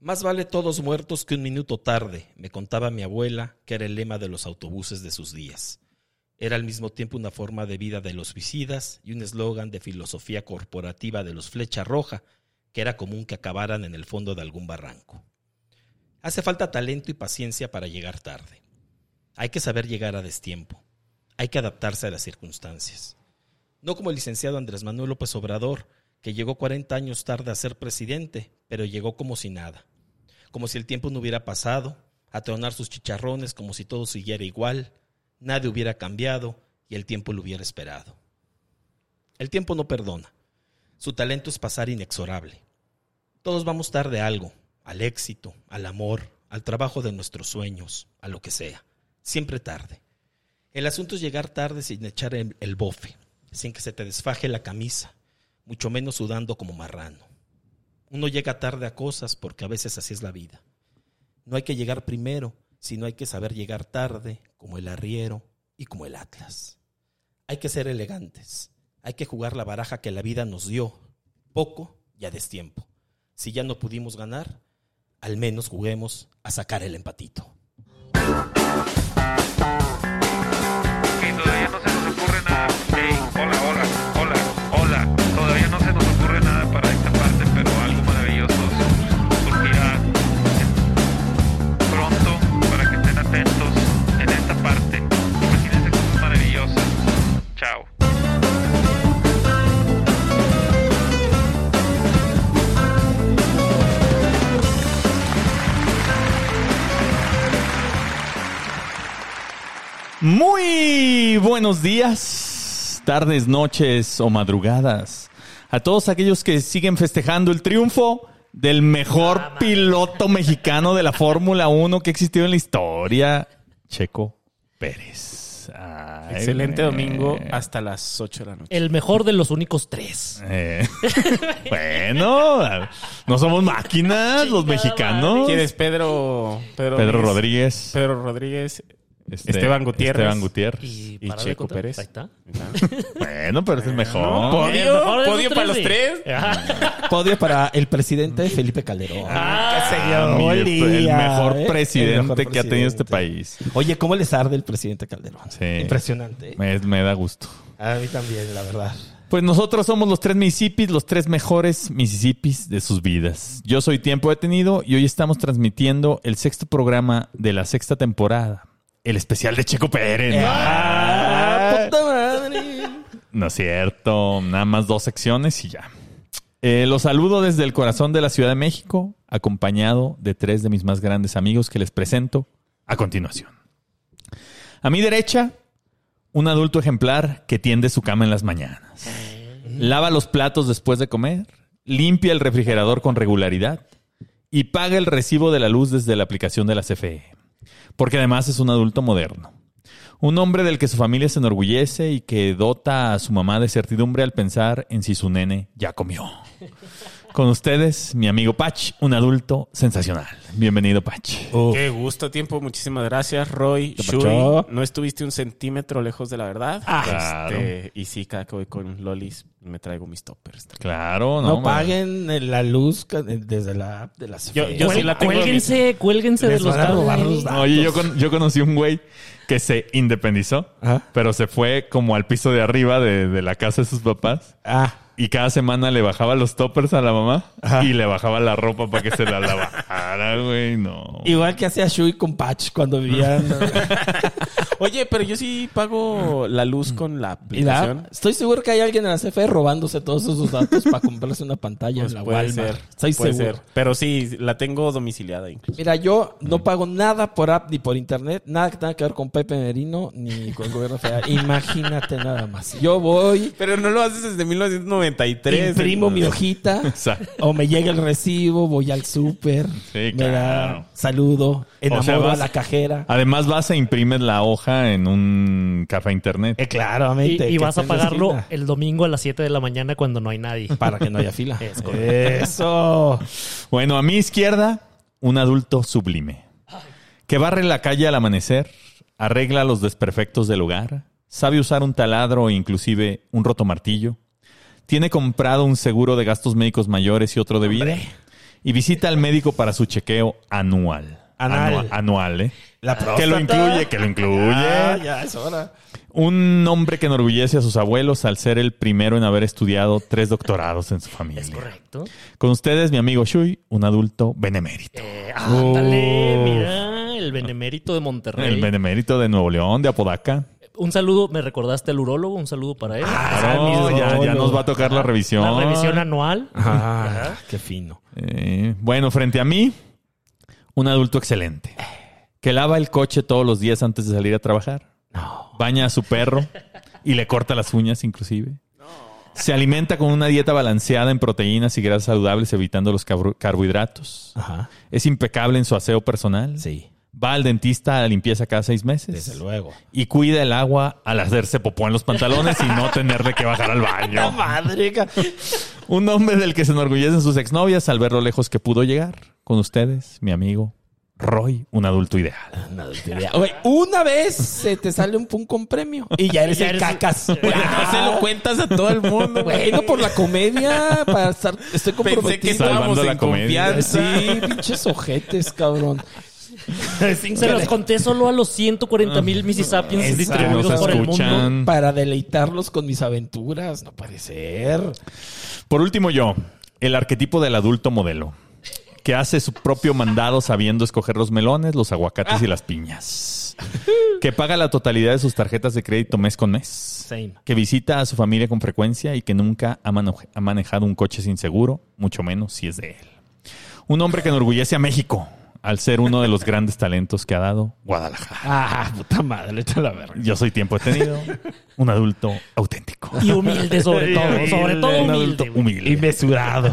Más vale todos muertos que un minuto tarde, me contaba mi abuela, que era el lema de los autobuses de sus días. Era al mismo tiempo una forma de vida de los suicidas y un eslogan de filosofía corporativa de los Flecha Roja, que era común que acabaran en el fondo de algún barranco. Hace falta talento y paciencia para llegar tarde. Hay que saber llegar a destiempo. Hay que adaptarse a las circunstancias. No como el licenciado Andrés Manuel López Obrador, que llegó 40 años tarde a ser presidente, pero llegó como si nada. Como si el tiempo no hubiera pasado, a tronar sus chicharrones como si todo siguiera igual, nadie hubiera cambiado y el tiempo lo hubiera esperado. El tiempo no perdona. Su talento es pasar inexorable. Todos vamos tarde a algo, al éxito, al amor, al trabajo de nuestros sueños, a lo que sea. Siempre tarde. El asunto es llegar tarde sin echar el bofe, sin que se te desfaje la camisa, mucho menos sudando como marrano. Uno llega tarde a cosas porque a veces así es la vida. No hay que llegar primero, sino hay que saber llegar tarde, como el arriero y como el Atlas. Hay que ser elegantes. Hay que jugar la baraja que la vida nos dio, poco y a destiempo. Si ya no pudimos ganar, al menos juguemos a sacar el empatito. Todavía no se nos ocurre nada. Hey, hola. Todavía no se nos ocurre nada para esta parte, pero algo maravilloso surgirá pronto para que estén atentos en esta parte. Imagínense cosas maravillosas. Chao. Muy buenos días, tardes, noches o madrugadas a todos aquellos que siguen festejando el triunfo del mejor piloto mexicano de la Fórmula 1 que ha existido en la historia, Checo Pérez. Ay, excelente domingo hasta las 8 de la noche. El mejor de los únicos 3. Bueno, no somos máquinas los mexicanos. ¿Quién es Pedro Rodríguez. Pedro Rodríguez. Esteban Gutiérrez y Checo Pérez. Ahí está. Bueno, pero es el mejor. ¿Podio para los tres? Podio para el presidente Felipe Calderón. El mejor presidente que ha tenido este país. Oye, ¿cómo les arde el presidente Calderón? Sí. Impresionante. Me da gusto. A mí también, la verdad. Pues nosotros somos los 3 Mississippis, los 3 mejores Mississippis de sus vidas. Yo soy Tiempo Detenido y hoy estamos transmitiendo el 6º programa de la 6ª temporada. El especial de Checo Pérez. ¡Puta madre! No es cierto. Nada más 2 secciones y ya. Los saludo desde el corazón de la Ciudad de México, acompañado de 3 de mis más grandes amigos que les presento a continuación. A mi derecha, un adulto ejemplar que tiende su cama en las mañanas. Lava los platos después de comer, limpia el refrigerador con regularidad y paga el recibo de la luz desde la aplicación de la CFE. Porque además es un adulto moderno. Un hombre del que su familia se enorgullece y que dota a su mamá de certidumbre al pensar en si su nene ya comió. Con ustedes, mi amigo Pach, un adulto sensacional. Bienvenido, Pach. Qué gusto, Tiempo. Muchísimas gracias, Roy. Shui, no estuviste un centímetro lejos de la verdad. Claro. Y sí, cada que voy con lolis me traigo mis toppers. Claro, no paguen la luz desde la app de la CFE. Yo sí la tengo. Cuélguense de los datos. Oye, yo conocí un güey que se independizó, pero se fue como al piso de arriba de la casa de sus papás. Y cada semana le bajaba los toppers a la mamá y le bajaba la ropa para que se la lavara, güey. No. Igual que hacía Shui con Patch cuando vivían. Oye, pero yo sí pago la luz con la aplicación. Estoy seguro que hay alguien en la CFE robándose todos esos datos para comprarse una pantalla en la Walmart. Estoy seguro. Pero sí, la tengo domiciliada incluso. Mira, yo no pago nada por app ni por internet, nada que tenga que ver con Pepe Merino ni con el gobierno federal. Imagínate nada más. Yo voy... Pero no lo haces desde 1993. Imprimo mi hojita. O me llega el recibo, voy al súper. Sí, me da saludo, enamoro a la cajera. Además vas e imprimes la hoja en un café internet. Claramente. Y vas a pagarlo el domingo a las 7 de la mañana cuando no hay nadie. Para que no haya fila. Eso. Bueno, a mi izquierda, un adulto sublime. Que barre la calle al amanecer, arregla los desperfectos del hogar, sabe usar un taladro e inclusive un rotomartillo, tiene comprado un seguro de gastos médicos mayores y otro de vida, y visita al médico para su chequeo anual. Anal. Anual, ¿eh? La próstata. Que lo incluye. Ya es hora. Un hombre que enorgullece a sus abuelos al ser el primero en haber estudiado 3 doctorados en su familia. Es correcto. Con ustedes, mi amigo Shui, un adulto benemérito. Ándale, mira, el benemérito de Monterrey. El benemérito de Nuevo León, de Apodaca. Un saludo, me recordaste al urólogo, un saludo para él. Claro, ya nos va a tocar la revisión. La revisión anual. Qué fino. Bueno, frente a mí, un adulto excelente. Que lava el coche todos los días antes de salir a trabajar. Baña a su perro y le corta las uñas inclusive. Se alimenta con una dieta balanceada en proteínas y grasas saludables, evitando los carbohidratos. Ajá. Es impecable en su aseo personal. Sí. Va al dentista a la limpieza cada 6 meses. Desde luego. Y cuida el agua al hacerse popó en los pantalones y no tenerle que bajar al baño. Madre. Un hombre del que se enorgullecen sus exnovias al ver lo lejos que pudo llegar. Con ustedes, mi amigo Roy, un adulto ideal. Oye, una vez se te sale un pun con premio y ya eres el cacas. No se lo cuentas a todo el mundo. Bueno, por la comedia, para estar, estoy comprometido. Pensé que Salvando estábamos la en comedia. confianza. Sí, pinches ojetes, cabrón. Se los conté solo a los 140,000 Mississippians Exacto. distribuidos Que nos por el mundo. escuchan. Para deleitarlos con mis aventuras. No puede ser. Por último yo, el arquetipo del adulto modelo. Que hace su propio mandado sabiendo escoger los melones, los aguacates y las piñas. Que paga la totalidad de sus tarjetas de crédito mes con mes. Same. Que visita a su familia con frecuencia y que nunca ha manejado un coche sin seguro, mucho menos si es de él. Un hombre que enorgullece a México al ser uno de los grandes talentos que ha dado Guadalajara. Puta madre, está la verga. Yo soy tiempo tenido, un adulto auténtico. Y humilde sobre todo. Sobre todo Un humilde. adulto güey. humilde. Y mesurado.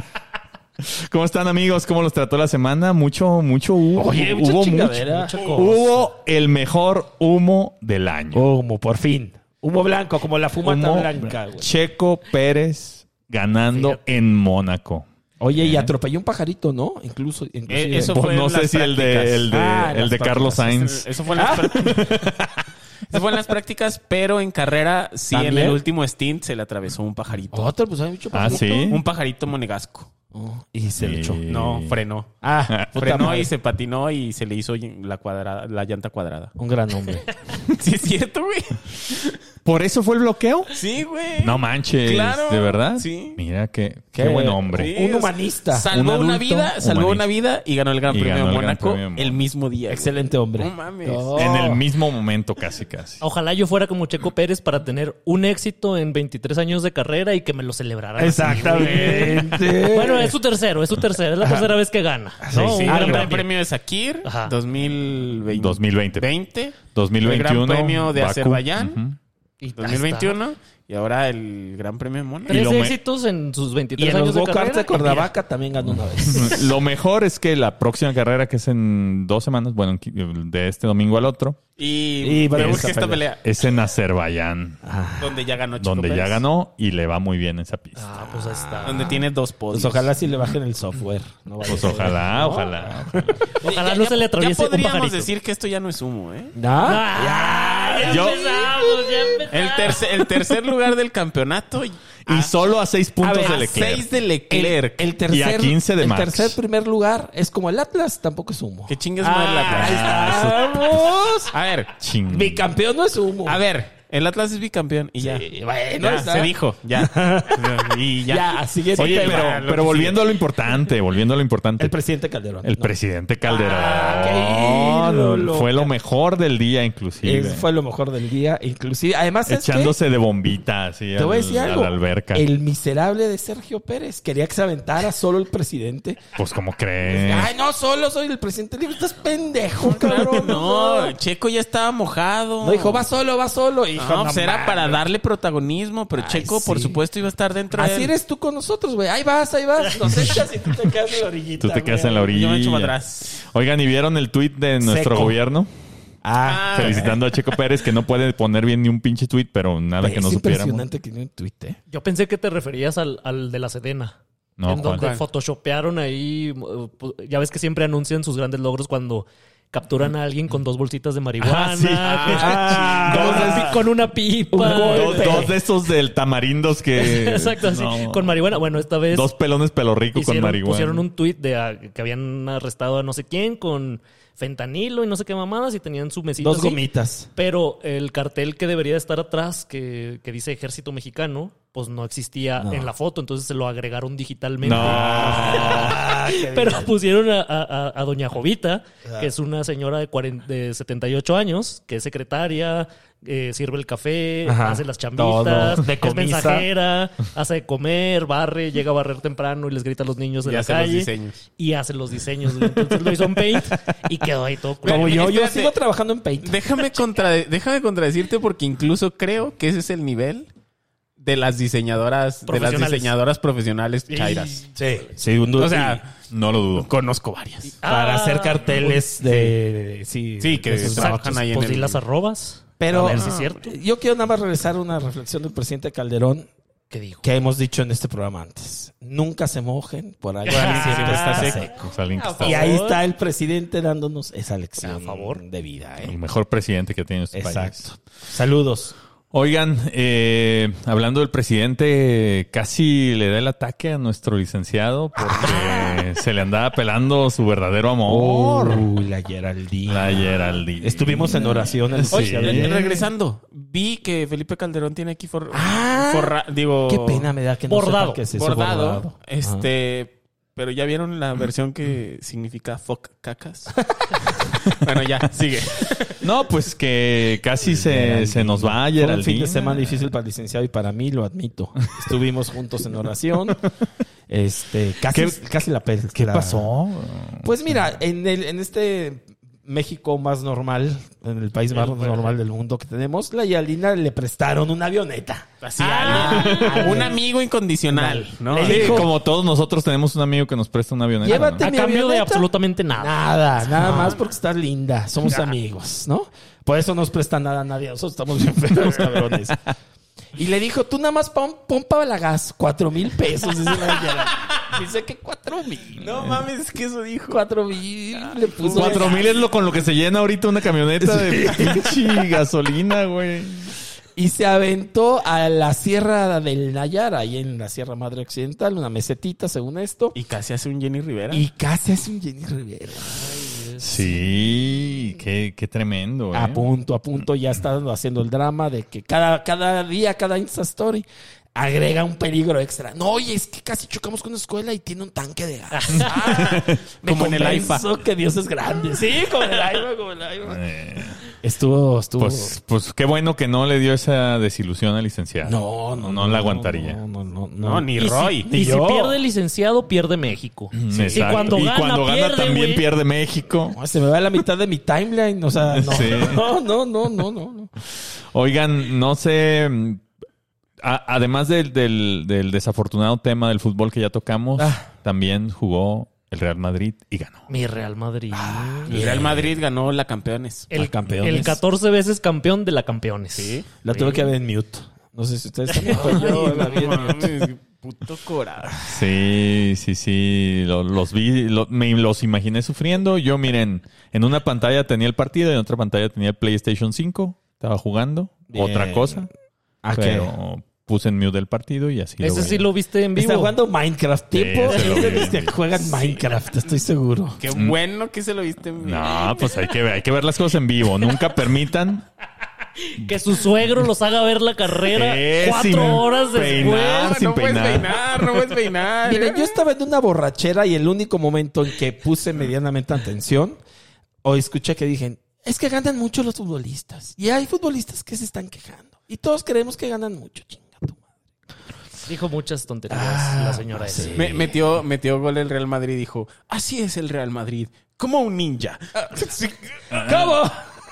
¿Cómo están, amigos? ¿Cómo los trató la semana? Mucho hubo. Oye, mucha hubo chingadera. Hubo el mejor humo del año. Humo, por fin. Humo blanco, como la fumata Humo blanca, güey. Checo Pérez ganando en Mónaco. Oye, y atropelló un pajarito, ¿no? Incluso. Eso Pues fue no en sé las si el de las Carlos prácticas. Sainz. Eso fue en las prácticas. Eso fue en las prácticas, pero en carrera, sí, ¿También? en el último stint se le atravesó un pajarito. Otro, pues hay mucho Ah, pajarito. ¿sí? Un pajarito monegasco. Y se le echó. No, frenó. Puta Frenó madre. y se patinó y se le hizo la llanta cuadrada. Un gran hombre. Sí, es cierto, güey. ¿Por eso fue el bloqueo? Sí, güey. No manches. Claro. ¿De verdad? Sí. Mira, qué buen hombre. Sí, Un humanista. Salvó Un una adulto vida, salvó humanista. una vida y ganó el Gran Y Premio ganó de el Gran Mónaco Premio de Mónaco. el mismo día. güey. Excelente hombre. No mames. Oh. En el mismo momento, casi. Ojalá yo fuera como Checo Pérez para tener un éxito en 23 años de carrera y que me lo celebraran. Exactamente. Bueno, es su tercero. Es la tercera vez que gana. ¿no? Sí, Un el gran Gran premio. Premio de Sakir, Ajá. 2020. 2020. 2021. El Gran Premio de Bakú. Azerbaiyán. Ujú. Y 2021. Y ahora el Gran Premio de Mónaco. Tres Y lo éxitos en sus Y 23 en los años de go-karts carrera. de Cuernavaca también ganó una vez. Lo mejor es que la próxima carrera, que es en 2 semanas, bueno, de este domingo al otro, Y va a me haber urge esa esta pelea. es en Azerbaiyán, Donde ya ganó Checo donde ya Pérez. ganó y le va muy bien esa pista. Ah, pues ahí está. Donde tiene 2 podios. Pues ojalá sí le bajen el software. No vaya Pues a ser. ojalá. Ojalá no se le atraviese Ya un podríamos pajarito. decir que esto ya no es humo, ¿eh? ¿No? Ya Yo- empezamos. El tercer lugar del campeonato. Y solo a 6 puntos ver, de a Leclerc. 6 de Leclerc. El tercer, Y a 15 de el Max. tercer primer lugar es como el Atlas, tampoco es humo. Que chingues madre la Ahí estamos. A ver, Ching. Bicampeón no es humo. a ver. El Atlas es bicampeón y ya. Bueno, Ya, está. se dijo, ya. Y ya. Ya, siguiente Oye, tema. pero volviendo a lo importante, El presidente Calderón. El No. presidente Calderón. qué ídolo. Fue lo mejor del día, inclusive. Fue lo mejor del día, inclusive. Además, ¿sabes qué? Echándose de bombita así Te voy a decir a algo. la alberca. El miserable de Sergio Pérez quería que se aventara solo el presidente. Pues, ¿cómo crees? Ay, no, solo soy el presidente. Le digo, estás pendejo, cabrón. No, Checo ya estaba mojado. No, dijo, va solo. Hijo, No, pues era mames. para darle protagonismo, pero Ay, Checo, por sí. supuesto, iba a estar dentro de Así él. eres tú con nosotros, güey. Ahí vas. Nos echas y tú te quedas en la orillita. Tú te quedas güey. en la orilla. Yo me echo para atrás. Oigan, ¿y vieron el tuit de nuestro Seco. gobierno? Ah, Felicitando a Checo Pérez, que no puede poner bien ni un pinche tuit, pero nada que es no supiéramos. impresionante que ni un tuit, ¿eh? Yo pensé que te referías al de la Sedena. No, en donde ¿cuál? photoshopearon ahí. Ya ves que siempre anuncian sus grandes logros cuando capturan a alguien con 2 bolsitas de marihuana, Ah, sí. con una pipa. Dos de esos del tamarindos que... Exacto, así, No. con marihuana. Bueno, esta vez 2 pelones pelo rico con marihuana. pusieron un tuit de que habían arrestado a no sé quién con fentanilo y no sé qué mamadas y tenían su mesita 2 así. gomitas. Pero el cartel que debería estar atrás, que dice Ejército Mexicano, pues no existía en la foto, entonces se lo agregaron digitalmente. Pero pusieron a doña Jovita, que es una señora de 78 años, que es secretaria, sirve el café, Ajá. hace las chambitas, Todo. es mensajera, hace de comer, barre, llega a barrer temprano y les grita a los niños de Y la hace los calle. diseños. Y hace los diseños. Entonces lo hizo en Paint y quedó ahí todo. Como yo Espérate. sigo trabajando en Paint. Déjame contradecirte porque incluso creo que ese es el nivel de las diseñadoras profesionales chairas. Sí. O sea, No lo dudo. conozco varias. Para hacer carteles de... Sí, que de sus trabajan ahí en Pues di el... las arrobas. Pero A ver si es cierto. yo quiero nada más regresar a una reflexión del presidente Calderón ¿Qué dijo? que hemos dicho en este programa antes. Nunca se mojen por algo Ah, que siempre está sí. seco. Pues alguien que está- Y ahí está el presidente dándonos esa lección A favor. de vida. el mejor presidente que tiene este país. Exacto. Saludos. Oigan, hablando del presidente, casi le da el ataque a nuestro licenciado porque se le andaba pelando su verdadero amor. La Geraldine. La Geraldine. Estuvimos en oración. En Sí. Oye, regresando, vi que Felipe Calderón tiene aquí Qué pena me da que no Bordado. sepa qué es eso, bordado. Ajá. Pero ya vieron la versión que significa fuck cacas. Bueno, ya, sigue. No, pues que casi se nos va Fue un Geraldine. fin de semana difícil para el licenciado y para mí, lo admito. Estuvimos juntos en oración. Casi la pelea. ¿Qué pasó? Pues mira, en este México más normal, en el país más normal del mundo que tenemos, la Yalina le prestaron una avioneta. Así, un amigo incondicional, ¿no? Le Sí, dijo- como todos nosotros tenemos un amigo que nos presta una avioneta. Llévate ¿no? A mi cambio de avioneta. absolutamente nada. Nada más porque estás linda. Somos amigos, ¿no? Por eso no nos presta nada a nadie. Nosotros estamos bien feos, cabrones. Y le dijo, tú nada más pon para la gas, 4,000 pesos. Dice la Yala. Dice que 4,000. No mames, es que eso dijo. 4,000. Le puso 4,000 es lo con lo que se llena ahorita una camioneta de pinche gasolina, güey. Y se aventó a la Sierra del Nayar, ahí en la Sierra Madre Occidental, una mesetita según esto. Y casi hace un Jenny Rivera. Y casi hace un Jenny Rivera. Sí, qué tremendo, ¿eh? A punto, ya están haciendo el drama de que cada día, cada Insta Story agrega un peligro extra. No, oye, es que casi chocamos con una escuela y tiene un tanque de gas. Me Como en el convenzo AIFA. que Dios es grande. Sí, como en el AIFA, Estuvo. Pues qué bueno que no le dio esa desilusión al licenciado. No la aguantaría. No, ni Y Roy. si pierde el licenciado, pierde México. Exacto. Y cuando gana, pierde, también güey. pierde México. Se me va la mitad de mi timeline. O sea, no. Sí. No. Oigan, no sé. Además del desafortunado tema del fútbol que ya tocamos, también jugó el Real Madrid y ganó. Mi Real Madrid. El Real Madrid ganó la Campeones. La Campeones. El 14 veces campeón de la Campeones. Sí. La tuve que ver en mute. No sé si ustedes también. pero yo la vi en mute. Mames, puto Sí. coraje. Los vi, me los imaginé sufriendo. Yo, miren, en una pantalla tenía el partido y en otra pantalla tenía el PlayStation 5. Estaba jugando Bien. otra cosa. ¿A qué? Pero puse en mute el partido y así Ese lo sí vi. lo viste en Está vivo. jugando Minecraft. Tipo, se lo vi. que juegan Minecraft, estoy seguro. Qué bueno que se lo viste en vivo. No, pues hay que ver las cosas en vivo. Nunca permitan Que su suegro los haga ver la carrera sin 4 horas peinar. después. sin No puedes peinar. peinar, no puedes peinar. Miren, yo estaba en una borrachera y el único momento en que puse medianamente atención, o escuché que dijeron, es que ganan mucho los futbolistas. Y hay futbolistas que se están quejando. Y todos creemos que ganan mucho, chinga tu madre. Dijo muchas tonterías la señora esa. sí. Metió gol el Real Madrid y dijo, así es el Real Madrid, como un ninja. ¿Cómo?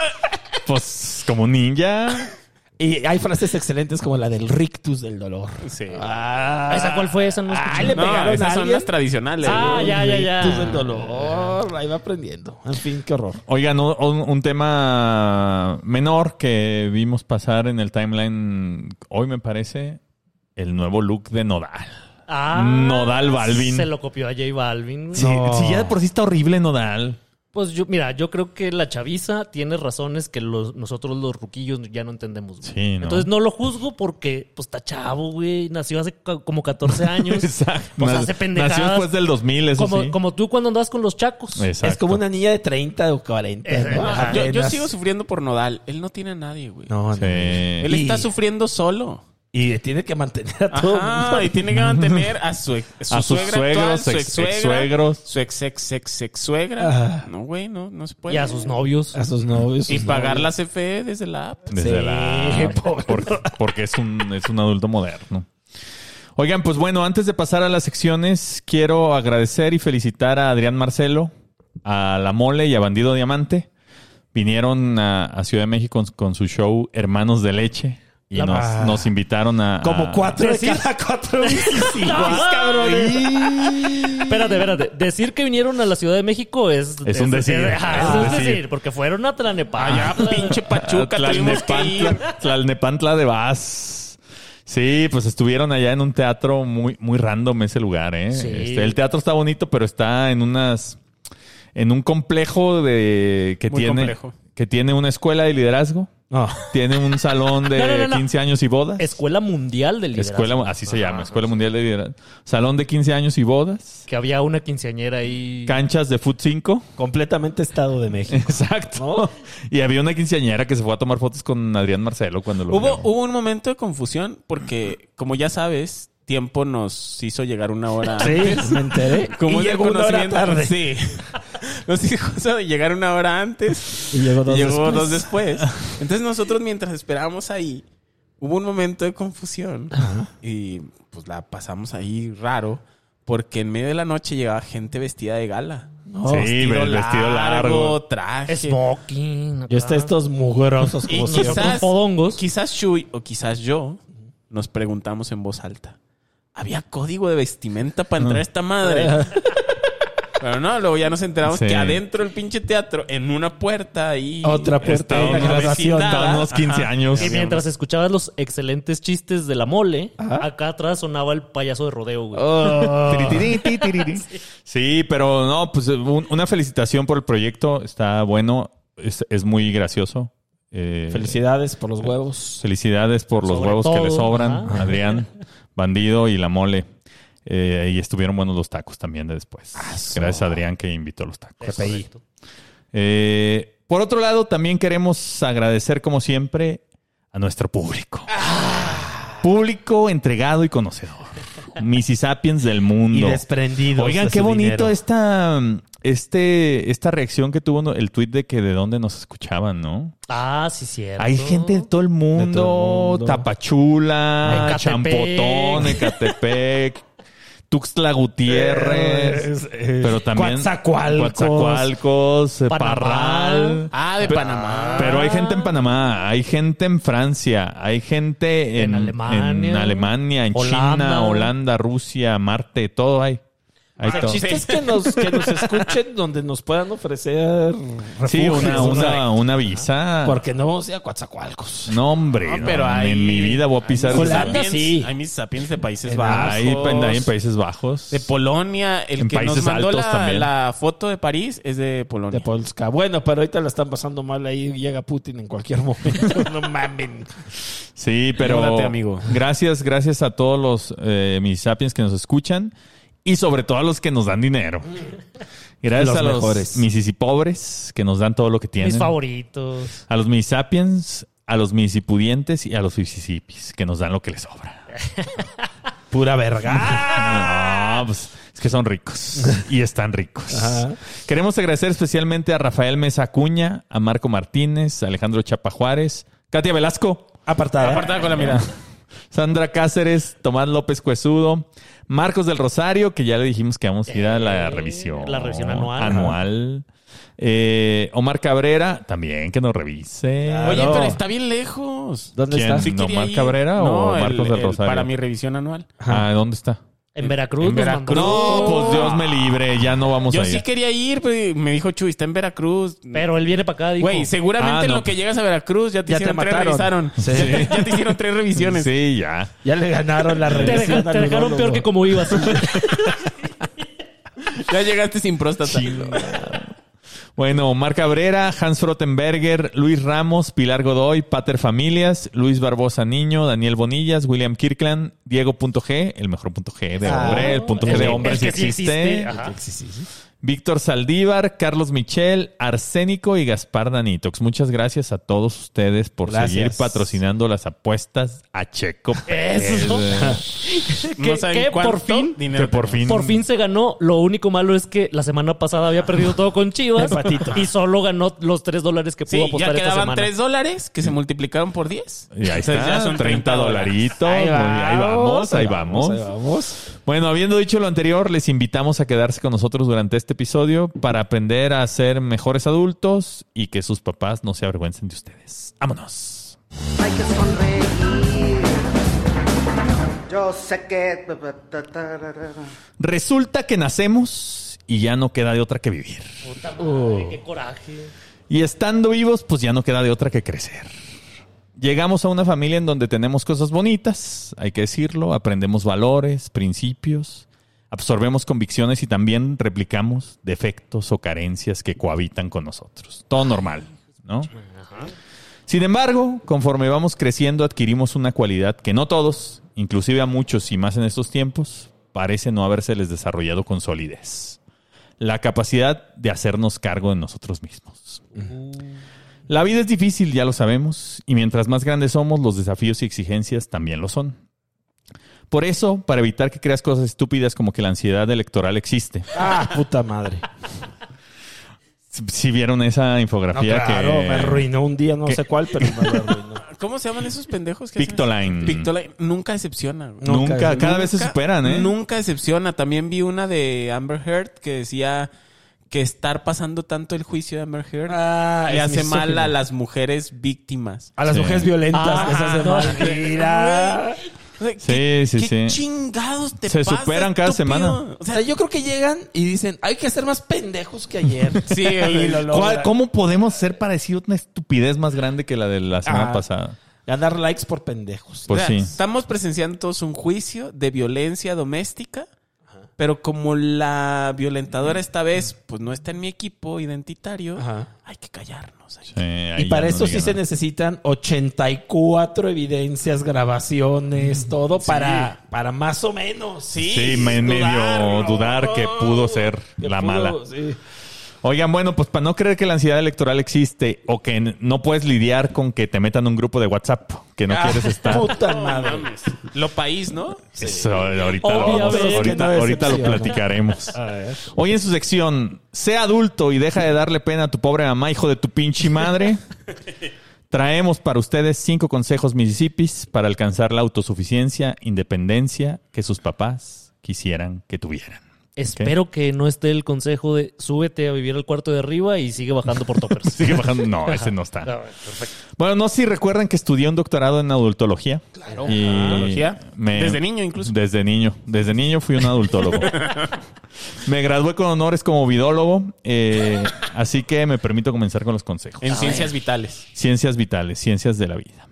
Pues como un ninja. Y hay frases excelentes como la del rictus del dolor. Sí. ¿Esa cuál fue? Esa no escuché. le pegaron a esas son alguien. las tradicionales. Ah, ¿no? ya. Rictus del dolor. Ahí va aprendiendo. En fin, qué horror. Oigan, un tema menor que vimos pasar en el timeline hoy, me parece, el nuevo look de Nodal. Ah, Nodal Balvin. Se lo copió a J Balvin. Sí, sí, ya de por sí está horrible Nodal. Pues yo creo que la chaviza tiene razones que nosotros los ruquillos ya no entendemos, güey. Sí, ¿no? Entonces no lo juzgo porque, pues, está chavo, güey. Nació hace como 14 años. Exacto. Pues hace pendejadas. Nació después del 2000, eso sí. Como tú cuando andabas con los chacos. Exacto. Es como una niña de 30 o 40. ¿no? Ajá. Yo sigo sufriendo por Nodal. Él no tiene a nadie, güey. No, Sí. Él está sufriendo solo. Y tiene que mantener a todo el mundo. Ajá, y tiene que mantener a su sus suegra suegros, actual, su ex-suegra, ex-suegros. su ex-suegra. No, güey, no se puede. Y a sus novios. A sus novios. Y sus pagar novios. la CFE desde la app. Desde Sí, la... porque es un adulto moderno. Oigan, pues bueno, antes de pasar a las secciones, quiero agradecer y felicitar a Adrián Marcelo, a La Mole y a Bandido Diamante. Vinieron a Ciudad de México con su show Hermanos de Leche. Y nos invitaron a... Como 4 de cada 4 veces igual, cabrón. Espérate. Decir que vinieron a la Ciudad de México es un decir. Es decir, porque fueron a Tlalnepantla. Allá, pinche Pachuca, tuvimos que ir. Tlalnepantla de Vaz. Sí, pues estuvieron allá en un teatro muy, muy random ese lugar, ¿eh? Sí. El teatro está bonito, pero está en un complejo que tiene una escuela de liderazgo. No. Tiene un salón de No. 15 años y bodas. Escuela Mundial del Liderazgo. Así se llama, Escuela Mundial de Liderazgo. Salón de 15 años y bodas. Que había una quinceañera ahí. Canchas de Fut 5. Completamente Estado de México. Exacto. Y había una quinceañera que se fue a tomar fotos con Adrián Marcelo cuando lo vio. Hubo un momento de confusión porque, como ya sabes, tiempo nos hizo llegar una hora Sí, antes. me enteré. Como y de llegó una hora conocimiento. tarde. Sí. Nos hizo llegar una hora antes. Y llegó dos después. Entonces nosotros mientras esperábamos ahí, hubo un momento de confusión. Y pues la pasamos ahí raro. Porque en medio de la noche llegaba gente vestida de gala. Sí, vestido largo. Traje. Smoking. Yo está estos mugrosos Y como siempre. nosotros fodongos. quizás Shui o quizás yo nos preguntamos en voz alta. ¿Había código de vestimenta para entrar a esta madre? Pero no, luego ya nos enteramos Sí. que adentro del pinche teatro, en una puerta ahí... Otra puerta de Estaba una graduación. vecindad. Estaban unos 15 años. Y mientras escuchabas los excelentes chistes de La Mole, acá atrás sonaba el payaso de rodeo, güey. Oh. Sí, pero no, pues una felicitación por el proyecto. Está bueno. Es muy gracioso. Felicidades por los huevos. Felicidades por los Sobre huevos que todo, le sobran. ajá. Adrián, Bandido y La Mole. Y estuvieron buenos los tacos también de después. Gracias a Adrián que invitó los tacos. Es correcto. Por otro lado, también queremos agradecer, como siempre, a nuestro público. Público entregado y conocedor. Mississippians del mundo. Y desprendidos. Oigan, de qué su bonito dinero. esta reacción que tuvo el tweet de que de dónde nos escuchaban, ¿no? Ah, sí, cierto. Hay gente de todo el mundo. De todo el mundo. Tapachula, Ecatepec. Champotón, Ecatepec, Tuxtla Gutiérrez, pero también Coatzacoalcos, Panamá. Parral. Ah, de Panamá. Pero hay gente en Panamá, hay gente en Francia, hay gente En Alemania, en Holanda. China, Holanda, Rusia, Marte, todo hay. Hay El todo. chiste es que nos escuchen donde nos puedan ofrecer Sí, refugios, una visa. Porque no vamos a ir a Coatzacoalcos. No, hombre, No, no, pero hay- en mi vida voy a pisar. Holanda, Sapiens, sí. Hay mis sapiens de Países En- Bajos. Hay en Países Bajos. De Polonia. El En que nos Países mandó Altos también. la foto de París es de Polonia. De Polska. Bueno, pero ahorita la están pasando mal ahí. Llega Putin en cualquier momento. No mamen. Sí, pero Ayúdate, amigo. gracias a todos los mis sapiens que nos escuchan y sobre todo a los que nos dan dinero. Gracias Los a los mejores. Misisipobres que nos dan todo lo que tienen. Mis favoritos. A los Misisapiens, a los Misipudientes y a los Misisipis que nos dan lo que les sobra. Pura verga. No, pues es que son ricos y están ricos. Ajá. Queremos agradecer especialmente a Rafael Mesa Acuña, a Marco Martínez, a Alejandro Chapa Juárez, Katia Velasco, Apartada. Apartada con la mirada. Sandra Cáceres, Tomás López Cuesudo, Marcos del Rosario, que ya le dijimos que vamos a ir a la revisión. La revisión anual. Anual. Omar Cabrera, también que nos revise. Claro. Oye, pero está bien lejos. ¿Dónde ¿Quién? estás? Sí quería ¿Omar ir. Cabrera o Marcos del Rosario? Para mi revisión anual. Ah, ¿dónde está? En Veracruz. En nos Veracruz. mandó. No, pues Dios me libre, ya no vamos Yo a ir. sí quería ir, pero me dijo Chuy, está en Veracruz. Pero él viene para acá, dijo. Güey, seguramente en no. lo que llegas a Veracruz ya te Ya te hicieron tres mataron. revisaron. Sí. Ya te hicieron 3 revisiones. Sí, ya. Ya le ganaron la te, revisión. te dejaron peor que como ibas. Ya llegaste sin próstata. Bueno, Omar Cabrera, Hans Frottenberger, Luis Ramos, Pilar Godoy, Pater Familias, Luis Barbosa Niño, Daniel Bonillas, William Kirkland, Diego.g, el mejor punto G de hombre, el punto G de hombre sí existe. Ajá. Víctor Saldívar, Carlos Michel, Arsénico y Gaspar Danitox. Muchas gracias a todos ustedes por seguir patrocinando las apuestas a Checo Pérez. Eso. No saben que cuánto por fin, dinero que por fin. por fin se ganó. Lo único malo es que la semana pasada había perdido todo con Chivas y solo ganó los $3 que pudo Sí, apostar ya esta quedaban semana. $3 que se multiplicaron por 10. Y ahí Entonces está, ya son $30. Ahí Ahí vamos. Bueno, habiendo dicho lo anterior, les invitamos a quedarse con nosotros durante este episodio para aprender a ser mejores adultos y que sus papás no se avergüencen de ustedes. ¡Vámonos! Hay que sonreír. Yo sé que... Resulta que nacemos y ya no queda de otra que vivir. Puta madre, qué coraje. Y estando vivos, pues ya no queda de otra que crecer. Llegamos a una familia en donde tenemos cosas bonitas, hay que decirlo, aprendemos valores, principios, absorbemos convicciones y también replicamos defectos o carencias que cohabitan con nosotros. Todo normal, ¿no? Sin embargo, conforme vamos creciendo, adquirimos una cualidad que no todos, inclusive a muchos y más en estos tiempos, parece no habérseles desarrollado con solidez. La capacidad de hacernos cargo de nosotros mismos. La vida es difícil, ya lo sabemos, y mientras más grandes somos, los desafíos y exigencias también lo son. Por eso, para evitar que creas cosas estúpidas como que la ansiedad electoral existe. Ah, puta madre. Si vieron esa infografía Claro, que... me arruinó un día, no sé cuál, pero me lo arruinó. ¿Cómo se llaman esos pendejos? que hacen Pictoline. eso? Pictoline. Nunca decepciona. güey. Nunca, cada vez se superan, ¿eh? Nunca decepciona. También vi una de Amber Heard que decía que estar pasando tanto el juicio de Amber Heard le es hace mal misógino. a las mujeres víctimas. A las Sí. mujeres violentas, esas de no. Mira. O sea, Sí, sí, ¿qué sí. chingados te Se pasa, superan cada estúpido? semana. O sea, yo creo que llegan y dicen, hay que ser más pendejos que ayer. Sí, y güey. lo logran. ¿Cómo podemos ser para decir una estupidez más grande que la de la semana Ah. pasada? Ganar likes por pendejos. Pues O sea, sí. Estamos presenciando todos un juicio de violencia doméstica, pero como la violentadora esta vez pues no está en mi equipo identitario, Ajá. hay que callarnos. Sí, ahí Y para ya eso no sí digan se nada. necesitan 84 evidencias, grabaciones, todo para más o menos. Sí, medio dudar que pudo ser Que la pudo, mala. sí. Oigan, bueno, pues para no creer que la ansiedad electoral existe o que no puedes lidiar con que te metan un grupo de WhatsApp que no quieres estar. Puta madre. Lo país, ¿no? Eso, ahorita, Obviamente no ahorita lo decepciona. platicaremos. Hoy en su sección, sé adulto y deja de darle pena a tu pobre mamá, hijo de tu pinche madre. Traemos para ustedes 5 consejos Mississippis para alcanzar la autosuficiencia, independencia que sus papás quisieran que tuvieran. Espero que no esté el consejo de súbete a vivir al cuarto de arriba y sigue bajando por toppers. Sigue bajando. No, ese no está. Perfecto. Bueno, no sé si recuerdan que estudié un doctorado en adultología. Claro. Y ¿Adultología? Desde niño incluso. Desde niño fui un adultólogo. Me gradué con honores como vidólogo, así que me permito comenzar con los consejos. En ciencias vitales. Ciencias vitales, ciencias de la vida.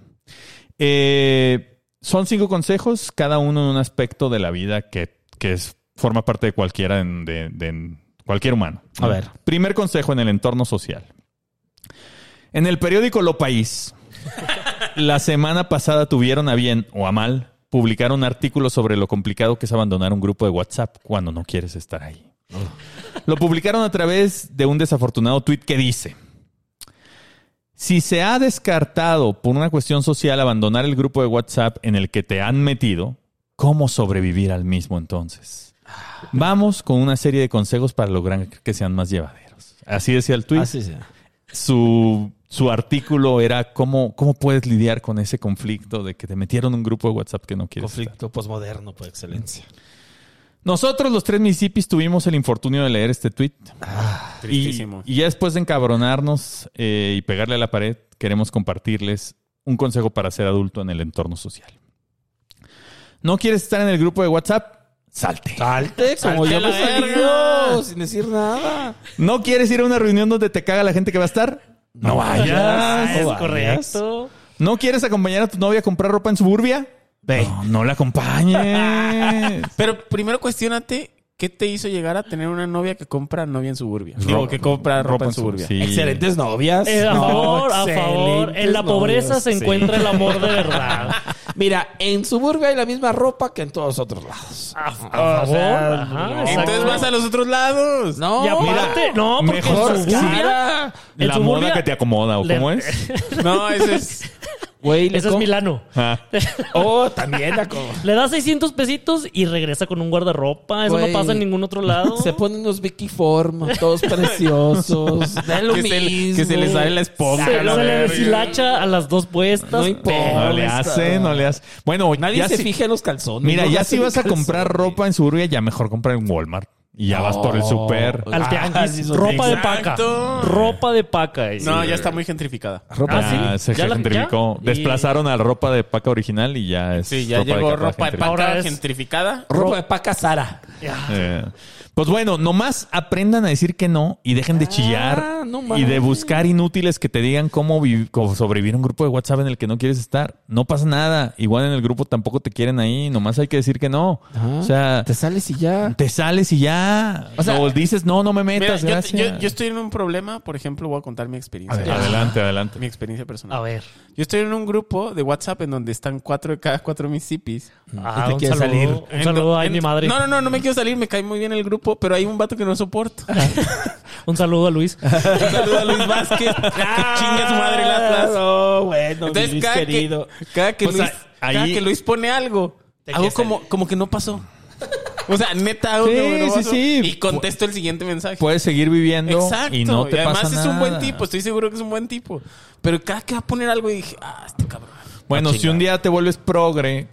Son 5 consejos, cada uno en un aspecto de la vida que forma parte de cualquiera, de cualquier humano. A ver. Primer consejo en el entorno social. En el periódico Lo País, la semana pasada tuvieron a bien o a mal publicar un artículo sobre lo complicado que es abandonar un grupo de WhatsApp cuando no quieres estar ahí. Lo publicaron a través de un desafortunado tuit que dice: si se ha descartado por una cuestión social abandonar el grupo de WhatsApp en el que te han metido, ¿cómo sobrevivir al mismo entonces? Vamos con una serie de consejos para lograr que sean más llevaderos. Así decía el tuit. Así sea. Su artículo era cómo puedes lidiar con ese conflicto de que te metieron en un grupo de WhatsApp que no quieres estar. Conflicto posmoderno por excelencia. Nosotros, los 3 Mississippis, tuvimos el infortunio de leer este tuit. Tristísimo. Y ya después de encabronarnos y pegarle a la pared, queremos compartirles un consejo para ser adulto en el entorno social. ¿No quieres estar en el grupo de WhatsApp? Salte. Salte, como Salte yo a la me salí, verga. sin decir nada. ¿No quieres ir a una reunión donde te caga la gente que va a estar? No vayas. Es No vayas. correcto. ¿No quieres acompañar a tu novia a comprar ropa en Suburbia? Ve. No la acompañes. Pero primero cuestiónate ¿qué te hizo llegar a tener una novia que compra novia en Suburbia? Digo, que compra ropa en Suburbia. Sí. Excelentes novias. A No, favor, a favor. excelentes En la pobreza novias, se sí. encuentra el amor de verdad. Mira, en Suburbia hay la misma ropa que en todos los otros lados. A favor. sea, Ajá, no. exacto. Entonces vas a los otros lados. No, Y aparte, no, porque mejor en Suburbia, cara. en La Suburbia moda que te acomoda, ¿o le- cómo es? No, eso es... güey, Ese es Milano. Ah. Oh, también la Le das 600 pesitos y regresa con un guardarropa. Eso Güey. no pasa en ningún otro lado. Se ponen unos Vicky Form, todos preciosos. Da lo que mismo. se le sale la esponja. Se la le verga. deshilacha a las dos puestas. No importa. No le hace, no le hace. Bueno, Nadie ya se si- fija en los calzones. Mira, no ya gastan si vas a en comprar calzones. ropa en Suburbia, ya mejor comprar en Walmart. Y ya vas por el super. Al Ah, tianguis. sí, son- Ropa de paca. Exacto. Ropa de paca. No, ya está muy gentrificada. Ropa Ah, Ya ¿sí? se ¿Ya la- gentrificó. ya? Y- Desplazaron a la ropa de paca original y ya es. Sí, ya llegó ropa de gentrificada. paca Ahora es- gentrificada. Ropa de paca Sara. Pues bueno, nomás aprendan a decir que no y dejen de chillar no y de mames. buscar inútiles que te digan cómo sobrevivir a un grupo de WhatsApp en el que no quieres estar. No pasa nada. Igual en el grupo tampoco te quieren ahí. Nomás hay que decir que no. Ajá. O sea, Te sales y ya. te sales y ya. O sea, o dices, no me Mira, metas, yo gracias. estoy en un problema. Por ejemplo, voy a contar mi experiencia. Adelante, adelante. Mi experiencia personal. A ver. Yo estoy en un grupo de WhatsApp en donde están 4 de cada 4 Mississippis. Ah, te un quieres saludo. salir. Un saludo a mi madre. No me quiero salir. Me cae muy bien el grupo, pero hay un vato que no soporto. Un saludo a Luis. Un saludo a Luis Vázquez. Que chingue a su madre el Atlas. No, bueno, Entonces, Luis cada querido. que Pues, Luis, ahí- cada que Luis pone algo, hago como que no pasó. O sea, neta, hago Sí, como que no sí, pasó. sí. Y contesto el siguiente mensaje. Puedes seguir viviendo Exacto. y no te además pasa nada. es un buen tipo. Estoy seguro que es un buen tipo. Pero cada que va a poner algo, dije, este cabrón. Bueno, Ah, si un día te vuelves progre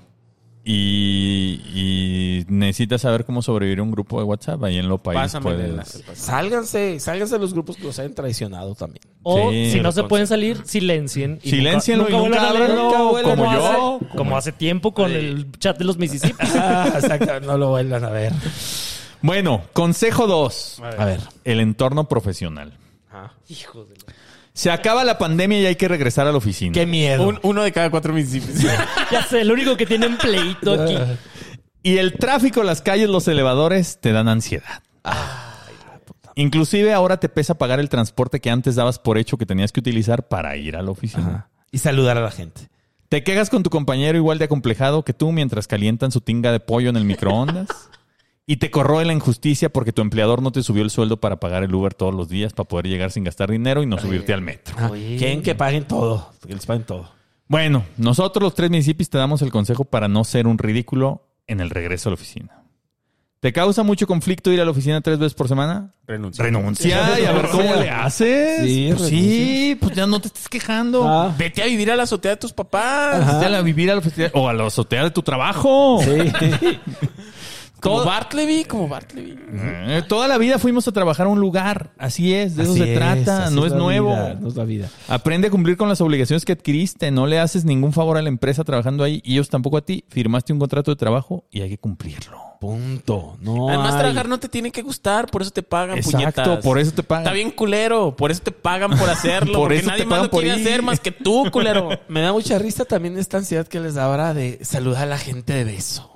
y necesitas saber cómo sobrevivir a un grupo de WhatsApp, ahí en Lopaís Pásame el puedes... enlace, pásame. Sálganse de los grupos que los hayan traicionado también. O Sí, si no se lo pueden salir, silencien. Y Siléncienlo y nunca vuelvan a leer. ábranlo, Nunca vuelvan como a yo. hacer- Como hace tiempo con el chat de los Mississippi. Exacto, no lo vuelvan a ver. Bueno, consejo 2. A ver. El entorno profesional. Hijo de la- Se acaba la pandemia y hay que regresar a la oficina. Qué miedo. Uno de cada 4 Mississippis. Ya sé, el único que tiene pleito aquí. Y el tráfico, las calles, los elevadores te dan ansiedad. Inclusive ahora te pesa pagar el transporte que antes dabas por hecho que tenías que utilizar para ir a la oficina. Ajá. Y saludar a la gente. Te quejas con tu compañero igual de acomplejado que tú mientras calientan su tinga de pollo en el microondas. Y te corroe la injusticia porque tu empleador no te subió el sueldo para pagar el Uber todos los días para poder llegar sin gastar dinero y no subirte al metro. Oye. Quieren que paguen todo. Que les paguen todo. Bueno, nosotros los 3 municipios te damos el consejo para no ser un ridículo en el regreso a la oficina. ¿Te causa mucho conflicto ir a la oficina 3 veces por semana? Renuncia. Renuncia y a ver cómo le haces. Sí, Pues sí, pues ya no te estés quejando. Ah. Vete a vivir a la azotea de tus papás. Vete a vivir a la oficina o a la azotea de tu trabajo. Como Todo- Bartleby. Toda la vida fuimos a trabajar a un lugar. Así es, de eso Así se es, trata. así No es la nuevo. vida, no es la vida. Aprende a cumplir con las obligaciones que adquiriste. No le haces ningún favor a la empresa trabajando ahí y ellos tampoco a ti. Firmaste un contrato de trabajo y hay que cumplirlo. Punto. No Además, hay. trabajar no te tiene que gustar. Por eso te pagan, Exacto, puñetas. por eso te pagan. Está bien culero. Por eso te pagan por hacerlo. Por porque eso nadie te más pagan lo por quiere ir. hacer más que tú, culero. Me da mucha risa también esta ansiedad que les da ahora de saludar a la gente de beso.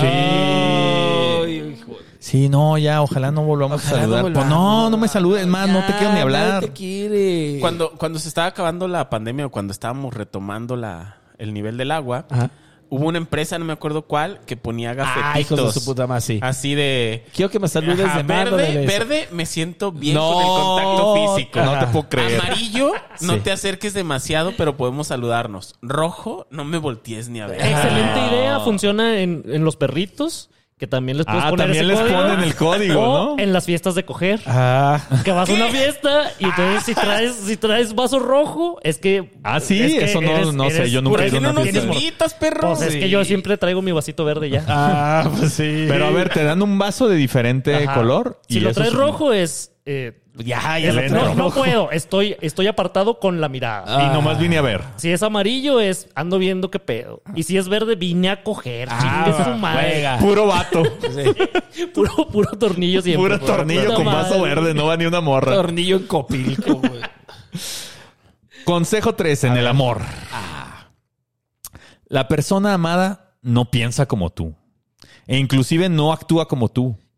Sí, no, ya, ojalá no volvamos Ojalá a saludar. no Pues volvamos. no me saludes más, no te quiero ni hablar. Nadie te quiere. Cuando se estaba acabando la pandemia o cuando estábamos retomando el nivel del agua, Ajá. hubo una empresa, no me acuerdo cuál, que ponía Ah, gafetitos. hijos de su puta madre, sí. Así de... Quiero que me saludes Ajá, de mano de beso. verde, me siento bien No, con el contacto físico. no te puedo creer. Amarillo, no Sí. te acerques demasiado, pero podemos saludarnos. Rojo, no me voltees ni a ver. Excelente idea. Funciona en los perritos, que también les puedes poner también ese les código. ponen el código, O ¿no? en las fiestas de coger. Ah. Que vas a una fiesta y entonces si traes vaso rojo, es que... Ah, sí, es que eso no sé, yo nunca ¿Por he ido qué a no una nos fiesta. invitas, perro? Pues es que yo siempre traigo mi vasito verde ya. Ah, pues sí. Pero a ver, te dan un vaso de diferente Ajá. color. Si lo eso traes sí. rojo es... Ya, es- lo no, tengo. no puedo. Estoy apartado con la mirada. Y nomás vine a ver. Si es amarillo es ando viendo qué pedo. Y si es verde vine a coger. Chingue su madre. juega. Puro vato. Puro tornillo siempre. Puro tornillo Puta con vaso madre. verde. No va ni una morra. Tornillo en Copilco, güey. Consejo 3 en el amor. La persona amada no piensa como tú. E inclusive no actúa como tú.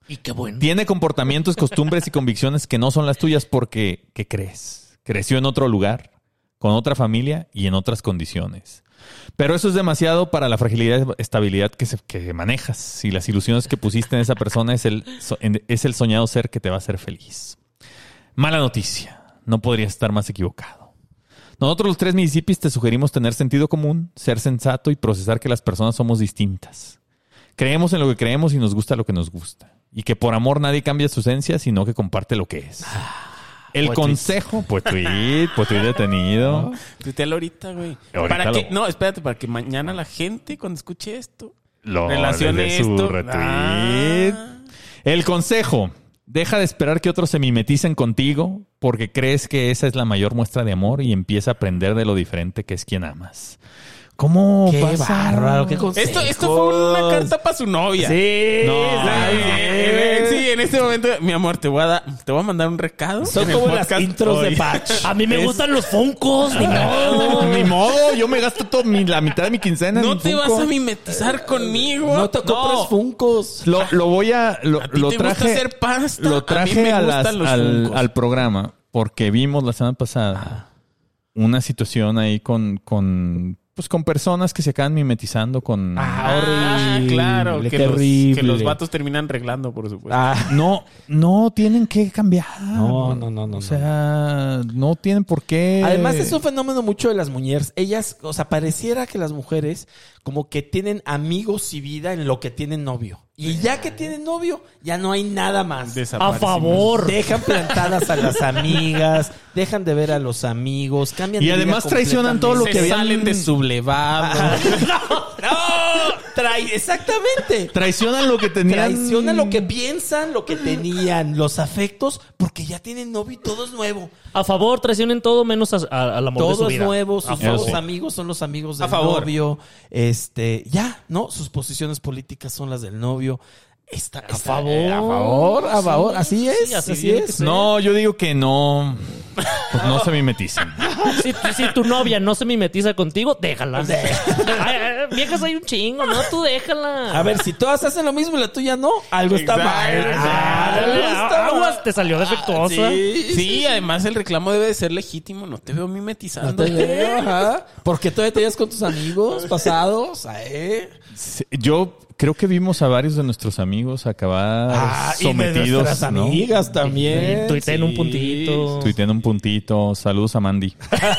Y qué bueno. Tiene comportamientos, costumbres y convicciones que no son las tuyas porque, ¿qué crees? Creció en otro lugar, con otra familia y en otras condiciones. Pero eso es demasiado para la fragilidad y estabilidad que manejas. Y las ilusiones que pusiste en esa persona es el soñado ser que te va a hacer feliz. Mala noticia. No podrías estar más equivocado. Nosotros los 3 Mississippis te sugerimos tener sentido común, ser sensato y procesar que las personas somos distintas. Creemos en lo que creemos y nos gusta lo que nos gusta. Y que por amor nadie cambia su esencia, sino que comparte lo que es. El consejo, pues tweet detenido. Tuitealo ahorita, güey. Ahorita Para que mañana la gente, cuando escuche esto, lo relacione de su esto. retweet. El consejo. Deja de esperar que otros se mimeticen contigo porque crees que esa es la mayor muestra de amor y empieza a aprender de lo diferente que es quien amas. ¿Cómo Qué pasa? bárbaro, qué consejo. Esto fue una carta para su novia. Sí. Sí, en este momento, mi amor, te voy a mandar un recado. Son en el como las podcast intros de hoy. Patch. A mí me gustan los Funkos, ni modo. Ni modo, yo me gasto la mitad de mi quincena en No un te Funko. vas a mimetizar conmigo. No te compres Funkos. Lo A ti lo te traje, gusta hacer pasta. lo A mí traje me gustan los Funkos. al programa porque vimos la semana pasada una situación ahí con personas que se acaban mimetizando con... horrible. Claro, Qué que horrible. los vatos terminan arreglando, por supuesto. No tienen que cambiar. No. O sea, no tienen por qué... Además, es un fenómeno mucho de las mujeres. Ellas, o sea, pareciera que las mujeres como que tienen amigos y vida en lo que tienen novio. Y ya que tienen novio, ya no hay nada más. A favor. Dejan plantadas a las amigas, dejan de ver a los amigos, cambian Y de vida además traicionan todo lo que Se habían... salen de sublevado. Exactamente. Traicionan lo que tenían... Traicionan lo que piensan, lo que tenían, los afectos, porque ya tienen novio y todo es nuevo. A favor, traicionen todo menos al amor de su Todo es vida. nuevo, sus favor. nuevos amigos son los amigos del A favor. novio. ¿No? Sus posiciones políticas son las del novio. A favor. A favor. Así es. Sí, así así tiene que es. ser. No, yo digo que no... Pues no se mimeticen. Si tu novia no se mimetiza contigo, déjala. Viejas hay un chingo, ¿no? Tú déjala. A ver, si todas hacen lo mismo y la tuya no, algo está mal. Algo está Aguas, mal. te salió defectuosa. Sí, además el reclamo debe de ser legítimo. No te veo mimetizando. No te veo, ajá. Porque todavía te llevas con tus amigos pasados. Yo creo que vimos a varios de nuestros amigos acabar sometidos. Y de nuestras ¿no? amigas también. Tuiteen un puntito. Tuitean un puntito. Saludos a Mandy.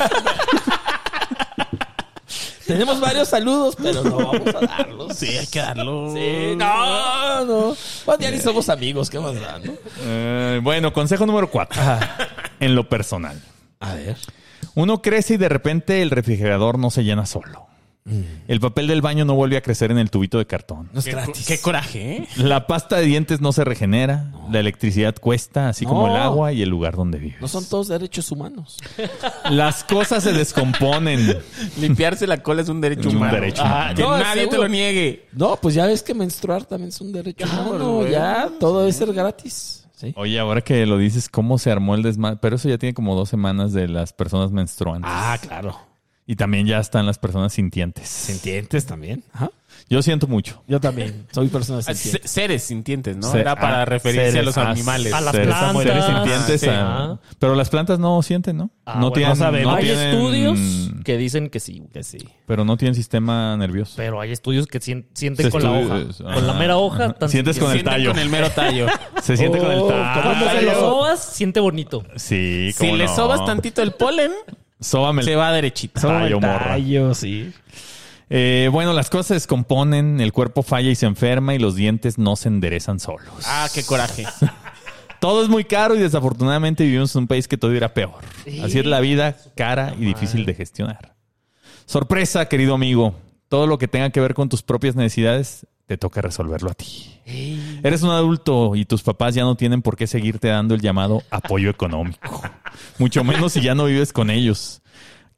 Tenemos varios saludos, pero no vamos a darlos. Sí, hay que darlo. Sí, no. Pues ya ni somos amigos, ¿qué más da, no? Bueno, consejo número 4. En lo personal. A ver. Uno crece y de repente el refrigerador no se llena solo. El papel del baño no vuelve a crecer en el tubito de cartón. No es gratis. Qué coraje, ¿eh? La pasta de dientes no se regenera. La electricidad cuesta, así como el agua y el lugar donde vives. No son todos derechos humanos. Las cosas se descomponen. Limpiarse la cola es un derecho Un humano. derecho humano. Que No, nadie te seguro. lo niegue. No, pues ya ves que menstruar también es un derecho humano. güey. Ya, todo debe ser gratis. Sí. Oye, ahora que lo dices, ¿cómo se armó el desmadre? Pero eso ya tiene como 2 semanas de las personas menstruantes. Claro. Y también ya están las personas sintientes. Sintientes también. Ajá. Yo siento mucho. Yo también. Soy persona sintiente. Seres sintientes, ¿no? Se- Era para referirse seres- a los animales. A las seres- plantas. seres sintientes. Sí. Pero las plantas no sienten, ¿no? Bueno, no hay tienen- estudios que dicen que sí. Que sí. Pero no tienen sistema nervioso. Pero hay estudios que sienten Se con la estudios, hoja. Con la mera hoja. tan- Sientes con el Sienten tallo. con el mero tallo. Se siente con el Cuando se lo tallo. sobas, siente bonito. Sí, Si cómo le no. sobas tantito el polen, Sóbame el se va derechita. tallo, morra. Sí. Bueno, las cosas se descomponen, el cuerpo falla y se enferma y los dientes no se enderezan solos. Ah, qué coraje. Todo es muy caro y desafortunadamente vivimos en un país que todo irá peor. Así es la vida, cara y difícil de gestionar. Sorpresa, querido amigo. Todo lo que tenga que ver con tus propias necesidades, te toca resolverlo a ti. Eres un adulto y tus papás ya no tienen por qué seguirte dando el llamado apoyo económico. Mucho menos si ya no vives con ellos.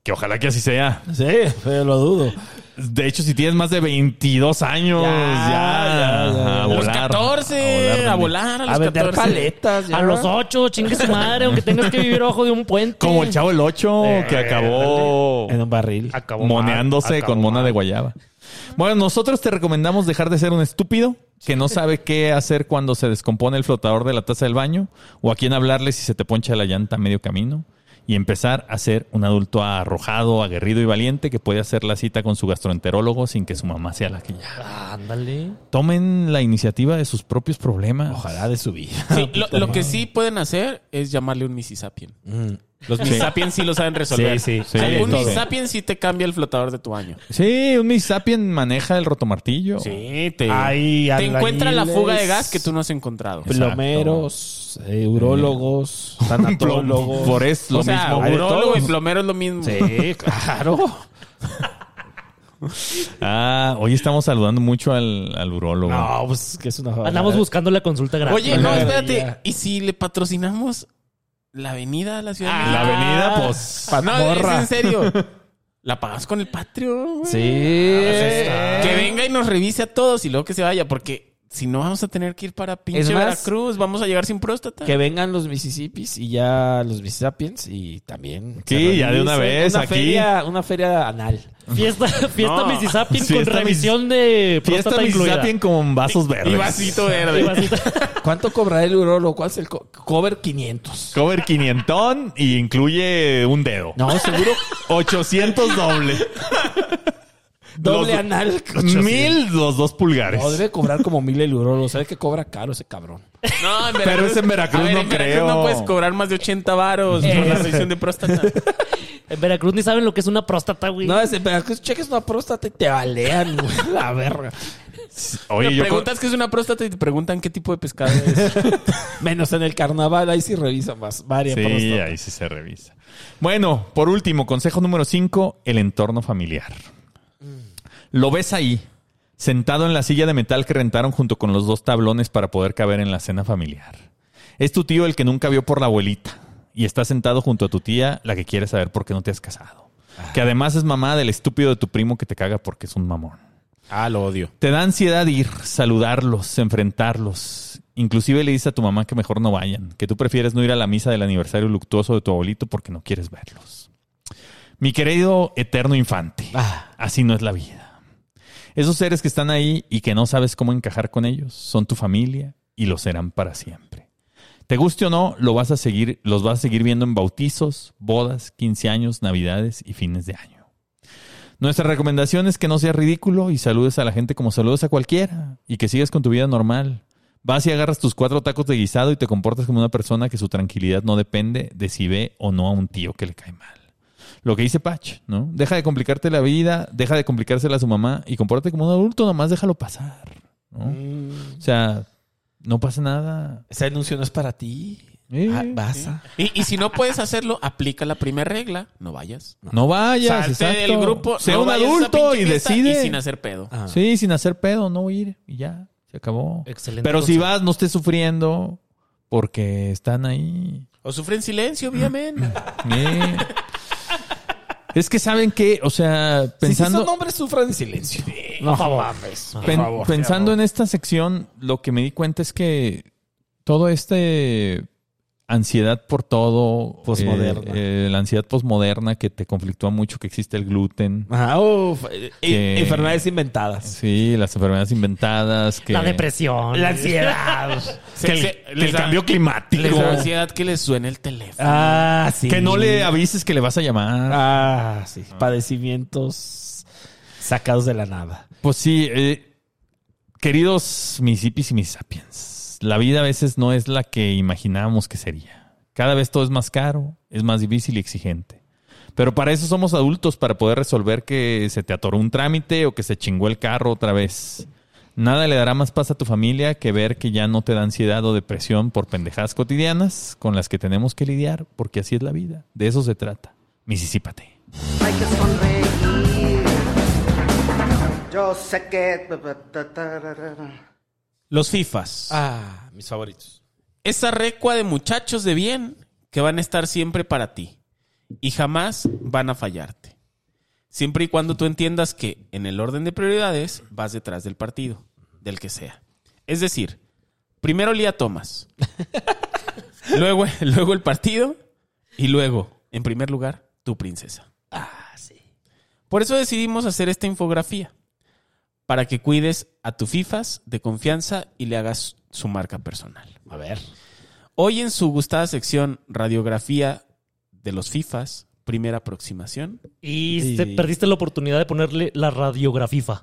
Que ojalá que así sea. Sí, pero lo dudo. De hecho, si tienes más de 22 años, ya. A A los volar. 14, a volar a los A vender 14. paletas. ya. A los 8, chingue su madre, aunque tengas que vivir abajo de un puente. Como el Chavo el 8, que acabó En un barril. Acabó moneándose mal, acabó con mona mal. de guayaba. Bueno, nosotros te recomendamos dejar de ser un estúpido que no sabe qué hacer cuando se descompone el flotador de la taza del baño o a quién hablarle si se te poncha la llanta a medio camino y empezar a ser un adulto arrojado, aguerrido y valiente que puede hacer la cita con su gastroenterólogo sin que su mamá sea la que llame. Ándale. Tomen la iniciativa de sus propios problemas. Ojalá de su vida. Sí, lo que sí pueden hacer es llamarle un Mississapien. Los Mississapien sí lo saben resolver. Sí, sí. Un todo. Mississapien sí te cambia el flotador de tu baño. Sí, un Mississapien maneja el rotomartillo. Sí, te Hay encuentra la fuga de albañiles, gas que tú no has encontrado. Plomeros, urólogos, tanatólogos. Por eso lo O sea, mismo. hay de urólogo y todos. plomero es lo mismo. Sí, claro. Hoy estamos saludando mucho al urólogo. No, pues que es una Andamos buscando la consulta gratis. Oye, no, Una espérate. maravilla. ¿Y si le patrocinamos la avenida a la Ciudad de México? La avenida, pues. No, es en serio. La pagas con el Patreon, güey. Sí. Que venga y nos revise a todos y luego que se vaya, porque si no vamos a tener que ir para pinche Es más, Veracruz, vamos a llegar sin próstata. Que vengan los Mississippis y ya los Mississippians y también. Sí, se ya de una revisen. vez aquí. Una feria anal. Fiesta No. Mississippi con Fiesta revisión de Fiesta próstata incluida. Mississippi con vasos verdes. Y vasito verde. Y vasito. ¿Cuánto cobrará el urólogo? ¿Cuál es el cover? 500. Cover 500 y incluye un dedo. No, seguro. 800 doble. Doble Los- anal. 1000 los 2 pulgares. No, debe cobrar como 1000 el urólogo. ¿Sabes que cobra caro ese cabrón? No, en Pero es en Veracruz, A ver, no en Veracruz creo. no puedes cobrar más de 80 varos por la revisión de próstata. En Veracruz ni saben lo que es una próstata, güey. No, pero que cheques una próstata y te balean, güey. La verga. Oye, Te yo preguntas qué es una próstata y te preguntan qué tipo de pescado es. Menos en el carnaval, ahí sí revisan más. Varias Sí, próstatas. ahí sí se revisa. Bueno, por último, consejo número 5, el entorno familiar. Lo ves ahí, sentado en la silla de metal que rentaron junto con los 2 tablones para poder caber en la cena familiar. Es tu tío el que nunca vio por la abuelita y está sentado junto a tu tía, la que quiere saber por qué no te has casado. Que además es mamá del estúpido de tu primo que te caga porque es un mamón. Ah, lo odio. Te da ansiedad ir, saludarlos, enfrentarlos. Inclusive le dices a tu mamá que mejor no vayan, que tú prefieres no ir a la misa del aniversario luctuoso de tu abuelito porque no quieres verlos. Mi querido eterno infante, así no es la vida. Esos seres que están ahí y que no sabes cómo encajar con ellos son tu familia y lo serán para siempre. Te guste o no, los vas a seguir viendo en bautizos, bodas, 15 años, navidades y fines de año. Nuestra recomendación es que no seas ridículo y saludes a la gente como saludas a cualquiera y que sigas con tu vida normal. Vas y agarras tus 4 tacos de guisado y te comportas como una persona que su tranquilidad no depende de si ve o no a un tío que le cae mal. Lo que dice Patch, ¿no? Deja de complicarte la vida, deja de complicársela a su mamá y compórtate como un adulto, nomás déjalo pasar, ¿no? O sea, no pasa nada. Ese anuncio no es para ti. Vas a... Y si no puedes hacerlo, aplica la primera regla. No vayas. No vayas, Salte exacto. del grupo. Sea no un vayas a esa adulto pinche y fiesta decide. Y sin hacer pedo. Sí, sin hacer pedo, no ir y ya, se acabó. Excelente Pero si consejo. vas, no estés sufriendo porque están ahí. O sufre en silencio, obviamente. Es que saben que, o sea, pensando... Si son hombres, sufran en silencio. No mames. Por favor. Pensando en esta sección, lo que me di cuenta es que todo ansiedad por todo, Posmoderna. la ansiedad posmoderna que te conflictúa mucho, que existe el gluten, Que- Enfermedades inventadas. sí, las enfermedades inventadas, que La depresión. La ansiedad. que el cambio climático, Les da ansiedad que les suene el teléfono. Sí. que no le avises que le vas a llamar. Sí. Padecimientos sacados de la nada. Pues sí, queridos Mississippis y Mississippians, la vida a veces no es la que imaginábamos que sería. Cada vez todo es más caro, es más difícil y exigente. Pero para eso somos adultos, para poder resolver que se te atoró un trámite o que se chingó el carro otra vez. Nada le dará más paz a tu familia que ver que ya no te da ansiedad o depresión por pendejadas cotidianas con las que tenemos que lidiar, porque así es la vida. De eso se trata. Mississípate. Hay que sonreír. Yo sé que... Los FIFAs. Mis favoritos. Esa recua de muchachos de bien que van a estar siempre para ti. y jamás van a fallarte. Siempre y cuando tú entiendas que en el orden de prioridades vas detrás del partido, del que sea. Es decir, primero Lía Thomas, luego el partido y luego, en primer lugar, tu princesa. Por eso decidimos hacer esta infografía, para que cuides a tu FIFAs de confianza y le hagas su marca personal. A ver. Hoy en su gustada sección Radiografía de los FIFAs, primera aproximación. Y perdiste la oportunidad de ponerle la radiografifa.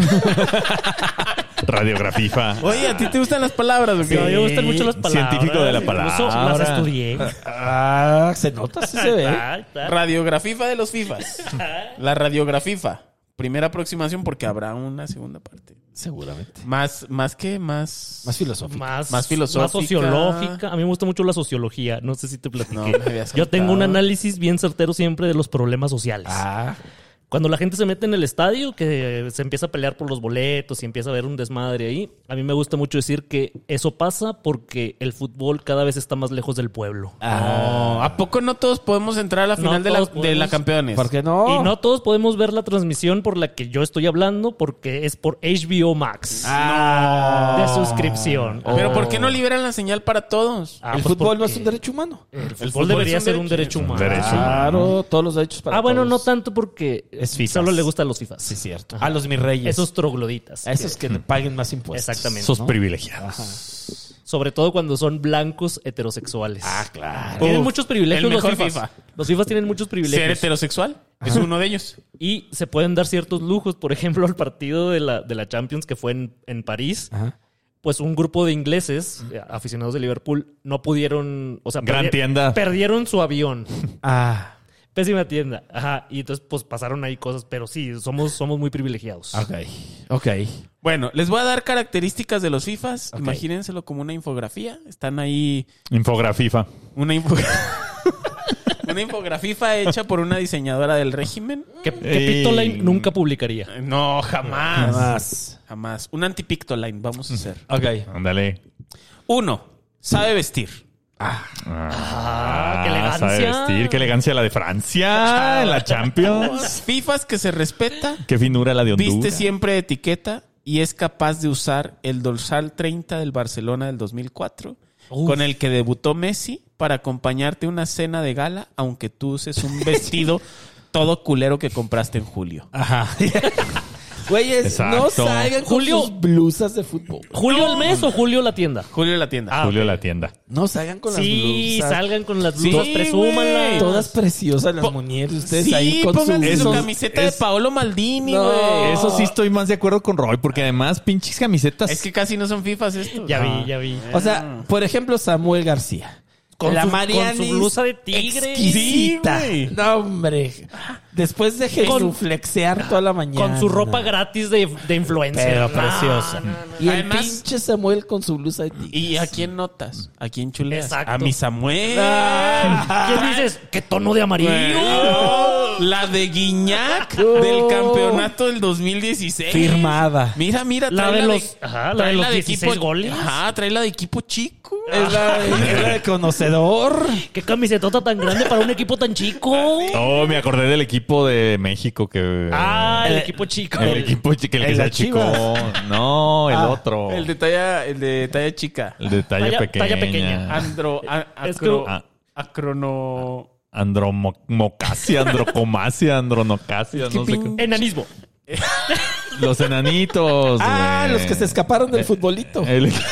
Radiografifa. Oye, ¿a ti te gustan las palabras? ¿O Sí, qué? a mí me gustan mucho las palabras. Científico de la Incluso palabra. las estudié. Se nota, sí se ve. Ahí está. Radiografifa de los FIFAs. La radiografifa. Primera aproximación porque habrá una segunda parte. Seguramente. Más filosófico. Más filosófica. Más sociológica. A mí me gusta mucho la sociología. No sé si te platiqué. No, me habías Yo tengo un contado. análisis bien certero siempre de los problemas sociales. Cuando la gente se mete en el estadio, que se empieza a pelear por los boletos y empieza a haber un desmadre ahí, a mí me gusta mucho decir que eso pasa porque el fútbol cada vez está más lejos del pueblo. No, ¿a poco no todos podemos entrar a la final de todos la podemos. Campeones? ¿Por qué no? Y no todos podemos ver la transmisión por la que yo estoy hablando porque es por HBO Max. De suscripción. ¿Pero por qué no liberan la señal para todos? Ah, El pues fútbol no porque es un derecho humano. El fútbol fútbol debería es un ser un derecho humano. Derecho. Claro, todos los derechos para Bueno, todos. no tanto porque Es FIFAs. solo le gustan los FIFAs. Sí, cierto. Ajá. A los mis reyes. Esos trogloditas. A esos que le paguen más impuestos. Exactamente. Sos ¿no? privilegiados. Sobre todo cuando son blancos heterosexuales. Claro. Tienen Uf, muchos privilegios el los mejor FIFAs. FIFA. Los FIFAs tienen muchos Ser privilegios. heterosexual es uno de ellos. Y se pueden dar ciertos lujos. Por ejemplo, el partido de la Champions que fue en París. Ajá. Pues un grupo de ingleses, aficionados de Liverpool, no pudieron... O sea, Gran tienda. Perdieron su avión. Ah, Pésima tienda. Ajá. Y entonces, pues pasaron ahí cosas. Pero sí, somos muy privilegiados. ok. Bueno, les voy a dar características de los FIFAs. Imagínenselo como una infografía. Están ahí Infografifa. una infografía hecha por una diseñadora del régimen. Que Pictoline nunca publicaría. No, jamás. Un anti-Pictoline vamos a hacer. Ok. Ándale. 1. Sabe vestir. qué elegancia. Sabe vestir. Qué elegancia la de Francia en la Champions. FIFAs que se respeta. Qué finura la de Honduras. Viste siempre etiqueta y es capaz de usar el dorsal 30 del Barcelona del 2004, con el que debutó Messi, para acompañarte a una cena de gala, aunque tú uses un vestido todo culero que compraste en julio. Ajá. Güeyes, Exacto. no salgan con Julio- sus blusas de fútbol. ¿Julio el mes o Julio la tienda? Julio de la tienda. Julio la tienda. No salgan con Sí, las blusas. salgan con las blusas, Sí, presúmanlas. güey. Todas presiosas las Po- muñeras. Ustedes Sí, ahí con pónganse su sus... camiseta de Paolo Maldini, No. güey. Eso sí estoy más de acuerdo con Roy, porque además pinches camisetas. Es que casi no son FIFAs estos. Ya vi. O sea, por ejemplo, Samuel García. Con la su- Marianis con su blusa de tigre. exquisita. Sí, güey. No, hombre. Después de genuflexear toda la mañana. Con su ropa gratis de influencer. Pero No, preciosa. no, no. Y el Además- pinche Samuel con su blusa de tigre. ¿Y a quién notas? ¿A quién chuleas? Exacto. A mi Samuel. ¿Quién dices? ¿Qué tono de amarillo? No, la de Guiñac del campeonato del 2016. Firmada. Mira, La trae de los- ajá, la de los 16 goles. Ajá, trae la de equipo chico. Es la de conocedor. ¿Qué camisetota tan grande para un equipo tan chico? Oh, me acordé del equipo de México que... El equipo chico. el equipo que el se de achicó. Chivas. No, el otro. El de talla chica. El de talla pequeña. Talla pequeña. Es que- Acrono. Andromocasia, androcomasia, andronocasia, no sé qué. Enanismo. Los enanitos. Ah, güey. los que se escaparon del futbolito.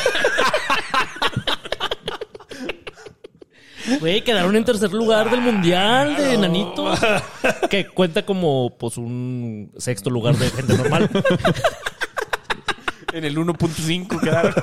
Güey, quedaron en tercer lugar del mundial de enanitos. Que cuenta como pues un sexto lugar de gente normal. En el 1.5 quedaron.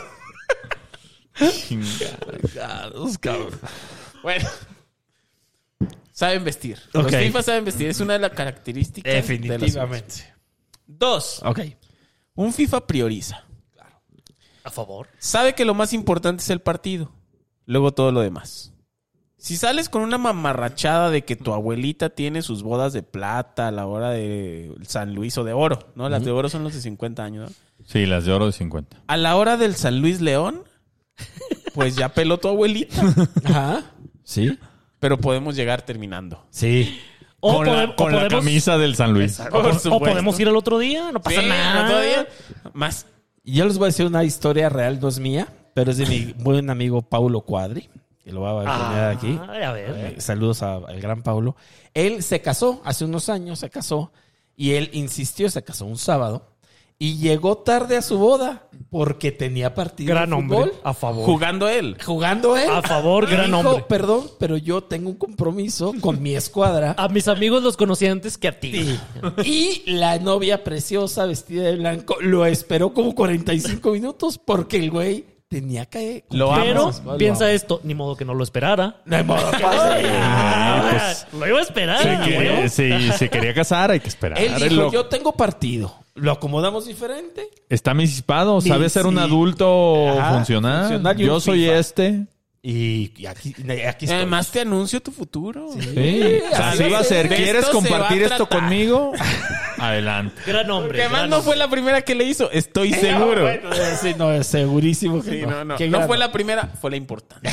Bueno. Saben vestir. Ok. Los FIFA saben vestir. Es una de las características. Definitivamente. De los 2. Ok. Un FIFA prioriza. A favor. Sabe que lo más importante es el partido. Luego todo lo demás. Si sales con una mamarrachada de que tu abuelita tiene sus bodas de plata a la hora de San Luis o de oro, ¿no? Las de oro son los de 50 años, ¿no? Sí, las de oro de 50. A la hora del San Luis León, pues ya peló tu abuelita. Ajá. Sí. pero podemos llegar terminando. Sí. O Con la camisa del San Luis. O podemos ir el otro día, no pasa Sí, nada. todavía más. Y yo les voy a decir una historia real, no es mía, pero es de mi buen amigo Paulo Cuadri, que lo voy a poner aquí. A ver. Saludos al gran Paulo. Él se casó, hace unos años se casó, y él insistió, se casó un sábado, y llegó tarde a su boda porque tenía partido Gran de hombre. fútbol. A favor. Jugando él. Jugando él. A favor, gran Dijo, hombre. perdón, pero yo tengo un compromiso con mi escuadra. A mis amigos los conocí antes que a ti. Sí. Y la novia preciosa, vestida de blanco, lo esperó como 45 minutos porque el güey tenía que... Lo Pero amo. piensa esto, ni modo que no lo esperara. No hay modo que pase. Lo iba a esperar. Se quería casar, hay que esperar. Él dijo, Lo- yo tengo partido. Lo acomodamos diferente. Está anticipado, sabe ser un Sí. adulto Ajá, funcional. y un Yo soy FIFA. este. Y aquí estoy. Además te anuncio tu futuro. Sí, así va a ser. De ¿Quieres esto se compartir va a esto tratar. conmigo? Adelante. Gran hombre. Porque además gran no hombre. fue la primera que le hizo, estoy seguro. Sí, no, segurísimo que Sí, no. Qué No grano. fue la primera, fue la importante.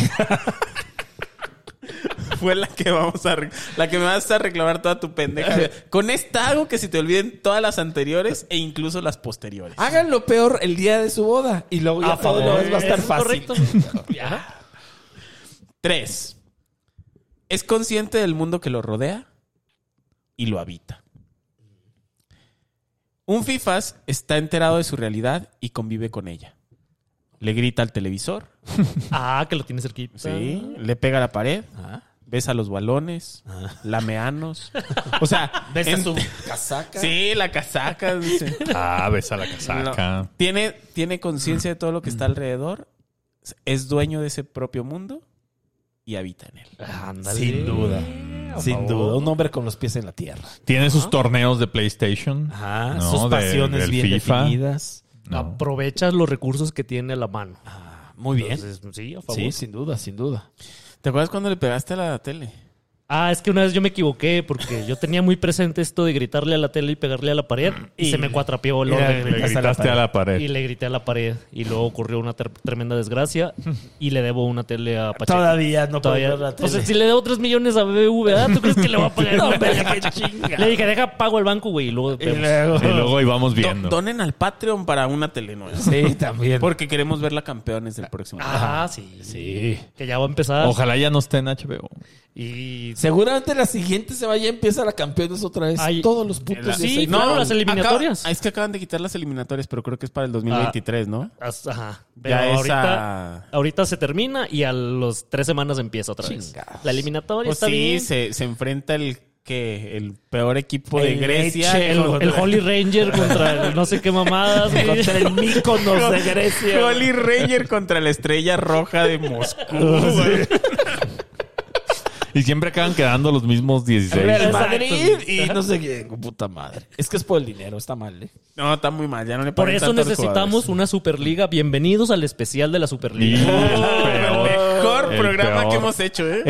Fue la que la que me vas a reclamar toda tu pendeja. Con esta hago que se te olviden todas las anteriores e incluso las posteriores. Hagan lo peor el día de su boda y luego ya A todo lo favor. demás va a estar Es fácil. correcto. Ajá. 3. Es consciente del mundo que lo rodea y lo habita. Un FIFAs está enterado de su realidad y convive con ella. Le grita al televisor, Que lo tiene cerquita. ¿sí? Le pega a la pared, besa los balones, lame anos. O sea, Besa su casaca. Sí, la casaca. Dice. Besa la casaca. No. Tiene conciencia de todo lo que está alrededor, es dueño de ese propio mundo y habita en él. Ándale. Sin duda. Sin favor. duda. Un hombre con los pies en la tierra. Tiene sus torneos de PlayStation. Ajá. ¿no? Sus pasiones del bien FIFA. definidas. No. Aprovechas los recursos que tiene a la mano. Muy bien. Entonces, sí, a favor. Sí, sin duda, sin duda. ¿Te acuerdas cuando le pegaste a la tele? Es que una vez yo me equivoqué porque yo tenía muy presente esto de gritarle a la tele y pegarle a la pared y se me cuatrapeó el orden. Le gritaste a la pared. Y le grité a la pared y luego ocurrió una tremenda desgracia y le debo una tele a Pacheco. Todavía no puedo Todavía. ver la tele. O sea, si le debo 3 millones a BBVA, ¿tú crees que le va a pagar No, una tele a qué Pacheco? chinga. Le dije, deja pago al banco, güey, y luego vemos. Y luego íbamos viendo. Donen al Patreon para una telenovela. Sí, también. Porque queremos ver la campeones del próximo año. Sí. Sí. Que ya va a empezar. Ojalá ya no esté en HBO. Y Seguramente la siguiente se vaya, empieza la campeones otra vez. Ay, todos los putos sí, días. claro, las eliminatorias. Es que acaban de quitar las eliminatorias, pero creo que es para el 2023, ¿no? Ajá. Pero Ya ahorita, ahorita se termina y a los 3 semanas empieza otra vez. Chingados. La eliminatoria Pues está sí, bien. se enfrenta el peor equipo de El Grecia. Lecce, El Holy Ranger contra el no sé qué mamadas. güey. Contra el Mykonos de Grecia. Holy Ranger contra la Estrella Roja de Moscú. güey. Y siempre acaban quedando los mismos 16. Real Exacto. Madrid y no sé qué. Puta madre. Es que es por el dinero, está mal, ¿eh? No, está muy mal. Ya no le Por pagan eso tanto a los necesitamos jugadores. una Superliga. Bienvenidos al especial de la Y Superliga. El mejor El programa peor. que hemos hecho, ¿eh?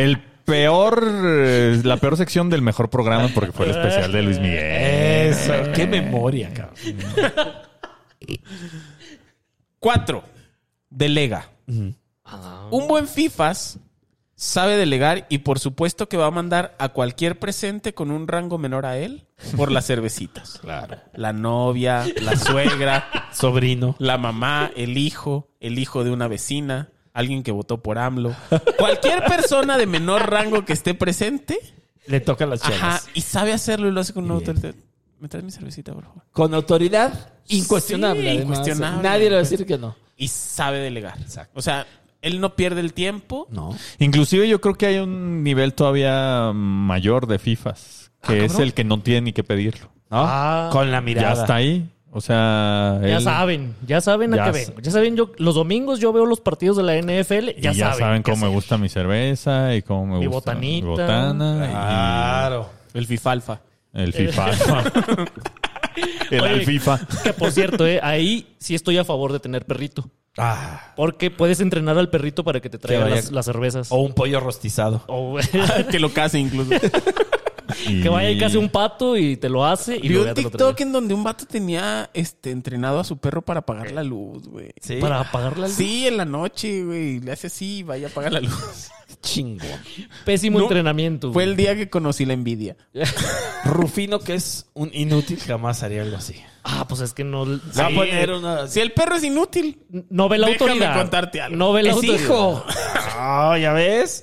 La peor sección del mejor programa porque fue el especial de Luis Miguel. Eso. Qué memoria, cabrón. 4. Delega. Un buen FIFAs sabe delegar y por supuesto que va a mandar a cualquier presente con un rango menor a él por las cervecitas. Claro. La novia, la suegra, Sobrino. la mamá, el hijo de una vecina, alguien que votó por AMLO. Cualquier persona de menor rango que esté presente, Le toca las ajá, chelas. y sabe hacerlo y lo hace con una autoridad. ¿Me traes mi cervecita, por favor? Con autoridad incuestionable. Sí, además. incuestionable. Nadie le va a decir que no. Y sabe delegar. Exacto. O sea, él no pierde el tiempo. No. Inclusive yo creo que hay un nivel todavía mayor de FIFAs, que es el que no tiene ni que pedirlo. ¿No? Con la mirada. Ya está ahí. O sea, Ya él- saben a Ya qué s- vengo. Ya saben, yo los domingos yo veo los partidos de la NFL. y ya saben qué cómo me hacer. gusta mi cerveza y cómo me Mi gusta botanita. mi botana Claro. El fifalfa. y el FIFA. El Oye, alfifa. Que por cierto, ahí sí estoy a favor de tener perrito. Ah. Porque puedes entrenar al perrito para que te traiga vaya- las cervezas. O un pollo rostizado. O Que lo case incluso. que vaya y case un pato y te lo hace. Y Vi luego un ya te lo TikTok trae. en donde un vato tenía entrenado a su perro para apagar la luz, güey. Sí. Para apagar la luz. Sí, en la noche, güey. Le hace así y vaya a apagar la luz. chingón. Pésimo No, entrenamiento. Fue güey. el día que conocí la envidia. Rufino, que es un inútil, jamás haría algo así. Ah, pues es que no... Le va a poner una... Si el perro es inútil, No ve la déjame autoridad. contarte algo. No ve la ¡Es autoridad. hijo! Ah, ¿ya ves?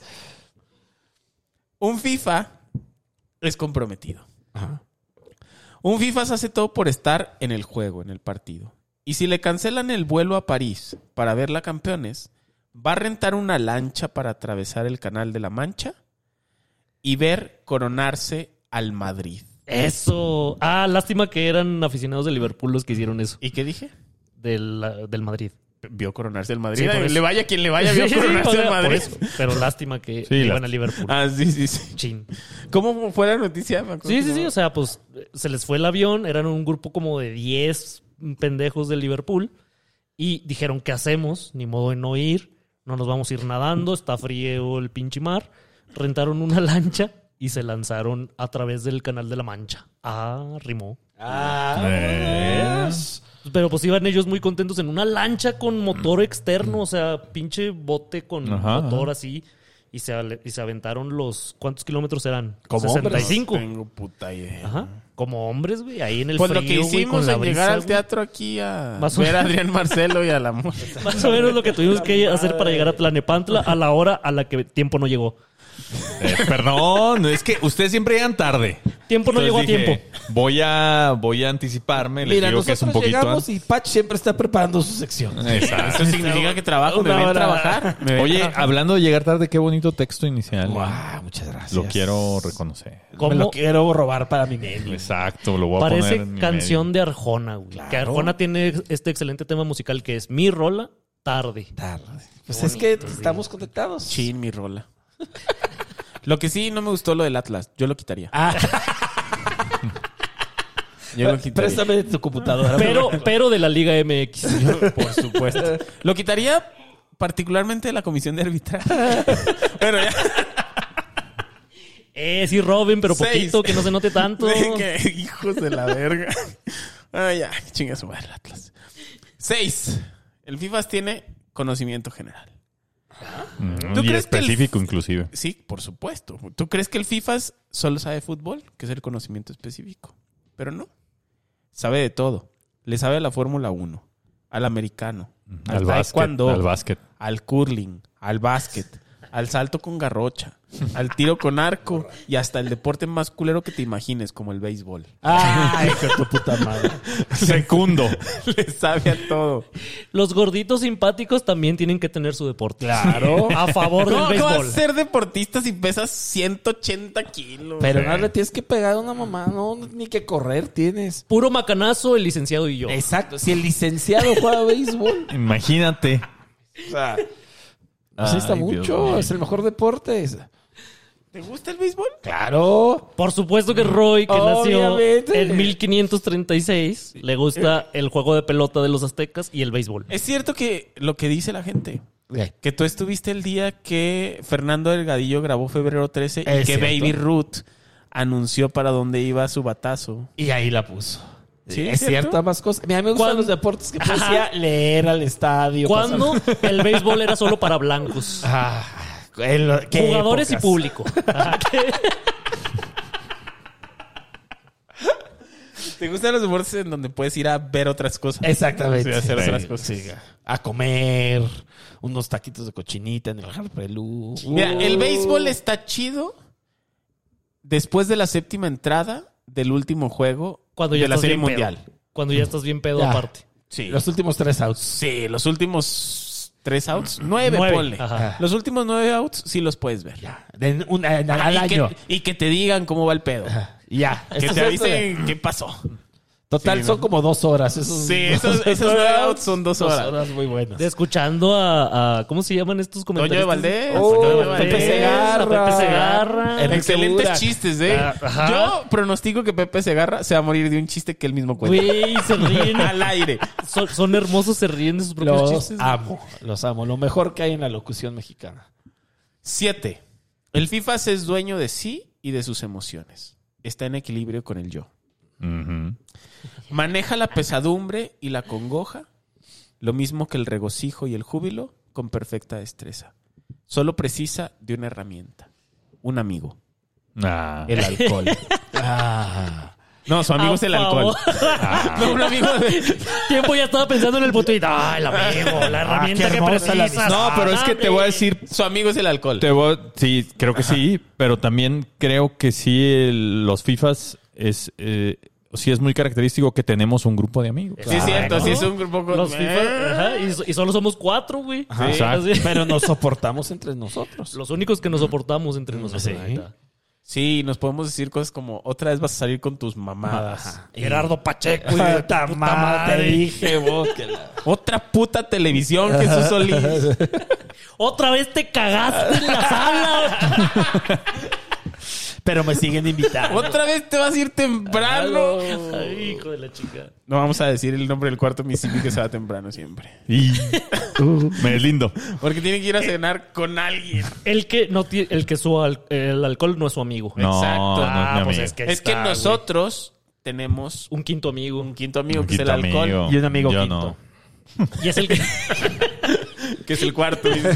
un FIFA es comprometido. Un FIFA se hace todo por estar en el juego, en el partido. Y si le cancelan el vuelo a París para ver la Campeones, va a rentar una lancha para atravesar el Canal de la Mancha y ver coronarse al Madrid. Eso. Ah, lástima que eran aficionados de Liverpool los que hicieron eso. ¿Y qué dije? Del Madrid. Vio coronarse el Madrid. Sí, por eso. Le vaya quien le vaya, vio Sí, coronarse o sea, el por Madrid. eso. Pero lástima que Sí, iban a Liverpool. Ah, sí. Chin. ¿Cómo fue la noticia? Me acuerdo Sí, que sí. no. O sea, pues se les fue el avión. Eran un grupo como de 10 pendejos de Liverpool. Y dijeron, ¿qué hacemos? Ni modo de no ir. No nos vamos a ir nadando. Está frío el pinche mar. Rentaron una lancha y se lanzaron a través del Canal de la Mancha. Ah, rimó. Pero pues iban ellos muy contentos en una lancha con motor externo, o sea, pinche bote con Ajá, motor así. Y se aventaron los... ¿Cuántos kilómetros eran? Como 65. No tengo puta idea. Ajá. Como hombres, güey, ahí en el Pues frío, lo que güey, hicimos con la en brisa, llegar al güey. teatro aquí a Más o ver a menos. Adrián Marcelo y a la amor. Más o menos lo que tuvimos que hacer para llegar a Tlanepantla a la hora a la que tiempo no llegó. Perdón, es que ustedes siempre llegan tarde. Tiempo no llegó a Entonces dije, tiempo. Voy a anticiparme. Les Mira, digo que es un nosotros poquito llegamos antes. y Patch siempre está preparando su sección. Exacto. Eso significa que trabajo, me Una ven hora. trabajar. me ven Oye, trabajar. hablando de llegar tarde, qué bonito texto inicial. Wow, muchas gracias. Lo quiero reconocer. Me ¿Cómo? lo quiero robar para mi medio. Exacto, lo voy a poner Parece en mi canción medio. de Arjona, güey. Que Arjona tiene este excelente tema musical que es Mi Rola Tarde. Tarde. Pues es que estamos conectados. Chin, mi rola. Lo que sí no me gustó lo del Atlas. Yo lo quitaría. Yo lo quitaría. Préstame de tu computadora. Pero de la Liga MX. Por supuesto. Lo quitaría particularmente de la comisión de arbitraje. Bueno, ya. Sí, Robin, pero 6. poquito, que no se note tanto. Que hijos de la verga. Ah, ya, chinga su madre el Atlas. 6. El FIFA tiene conocimiento general. ¿Tú Y crees que el- específico, inclusive. Sí, por supuesto. ¿Tú crees que el FIFA solo sabe fútbol? Que es el conocimiento específico. Pero no. Sabe de todo. Le sabe a la Fórmula 1, al americano, al taekwondo, Al básquet. al curling, al básquet, al salto con garrocha, al tiro con arco y hasta el deporte más culero que te imagines, como el béisbol. Ay, hijo de tu puta madre. Segundo. Le sabe a todo. Los gorditos simpáticos también tienen que tener su deporte. Claro. A favor del ¿Cómo vas béisbol. a ser deportista si pesas 180 kilos? Pero no le tienes que pegar a una mamá, no, ni que correr tienes. Puro macanazo, el licenciado y yo. Exacto. Si el licenciado juega béisbol, Imagínate. o sea, necesita Ay, Dios mucho. mío. Es el mejor deporte. ¿Te gusta el béisbol? Claro. Por supuesto que Roy, que nació Obviamente. en 1536, le gusta el juego de pelota de los aztecas y el béisbol. Es cierto que lo que dice la gente, que tú estuviste el día que Fernando Delgadillo grabó Febrero 13 y Es que cierto. Baby Ruth anunció para dónde iba su batazo. Y ahí la puso. Sí, es ¿es cierto? cierto, ambas cosas. A mí me gustan ¿Cuándo? los deportes que decía leer al estadio. Cuando el béisbol era solo para blancos. ¿Qué Jugadores y épocas? público. ¿Te gustan los deportes en donde puedes ir a ver otras cosas? Exactamente. Sí, hacer otras Sí, cosas. sí. A comer unos taquitos de cochinita en el Jalpelú. Mira, el béisbol está chido después de la séptima entrada del último juego Cuando ya de la estás Serie bien Mundial. pedo. Cuando ya estás bien pedo Ya. aparte. Sí. Los últimos 3 outs. Sí, los últimos 3 outs. 9, 9, ponle. ajá. Los últimos 9 outs sí los puedes ver. Al año. Y que te digan cómo va el pedo. Ya. Que te avisen qué pasó. Total, Sí, son ¿no? como 2 horas. Esos, Sí, esos 9 outs son 2 horas. 2 horas muy buenas. De escuchando a ¿cómo se llaman estos comentarios? Toño de Valdés. Oh, Toño de Valdés. Pepe Segarra. Pepe Segarra. Enrique Excelentes Burak. chistes, ¿eh? Ajá. Yo pronostico que Pepe Segarra se va a morir de un chiste que él mismo cuenta. Güey, se ríen. Al aire. Son hermosos, se ríen de sus propios Los chistes. amo. Los amo. Lo mejor que hay en la locución mexicana. 7. El FIFA es dueño de sí y de sus emociones. Está en equilibrio con el yo. Ujú. Maneja la pesadumbre y la congoja, lo mismo que el regocijo y el júbilo, con perfecta destreza. solo precisa de una herramienta. Un amigo. Ah. El alcohol. No, su amigo A es el alcohol. No, un amigo de... Tiempo ya estaba pensando en el botellito. Ah, el amigo, la herramienta qué que hermosa la precisas. No, pero es que te voy a decir, Su amigo es el alcohol. sí, creo que sí, pero también creo que sí los FIFAs sí es muy característico que tenemos un grupo de amigos. Sí, es cierto. ¿no? Sí, es un grupo con... Los FIFA, ajá, y solo somos 4, güey. Ajá. Exacto. Así. Pero nos soportamos entre nosotros. Los únicos que nos soportamos entre nosotros. Sí. Ahí está. Sí, nos podemos decir cosas como, otra vez vas a salir con tus mamadas. Gerardo Pacheco. y Ay, de puta puta madre, madre. te dije vos que la... Otra puta televisión, Jesús Solís. Otra vez te cagaste en la sala. Pero me siguen invitando. Otra vez te vas a ir temprano. Ay, hijo de la chica. No vamos a decir el nombre del cuarto Mississippi que se va temprano siempre. Y me es lindo. Porque tiene que ir a cenar con alguien. El que no tiene, el que el alcohol no es su amigo. No, Exacto. no es mi amigo. es que, Es que nosotros tenemos un quinto amigo. un quinto amigo Un que es el quinto alcohol. amigo. Y un amigo Yo quinto. no. Y es el que Que es el cuarto. Mississippi.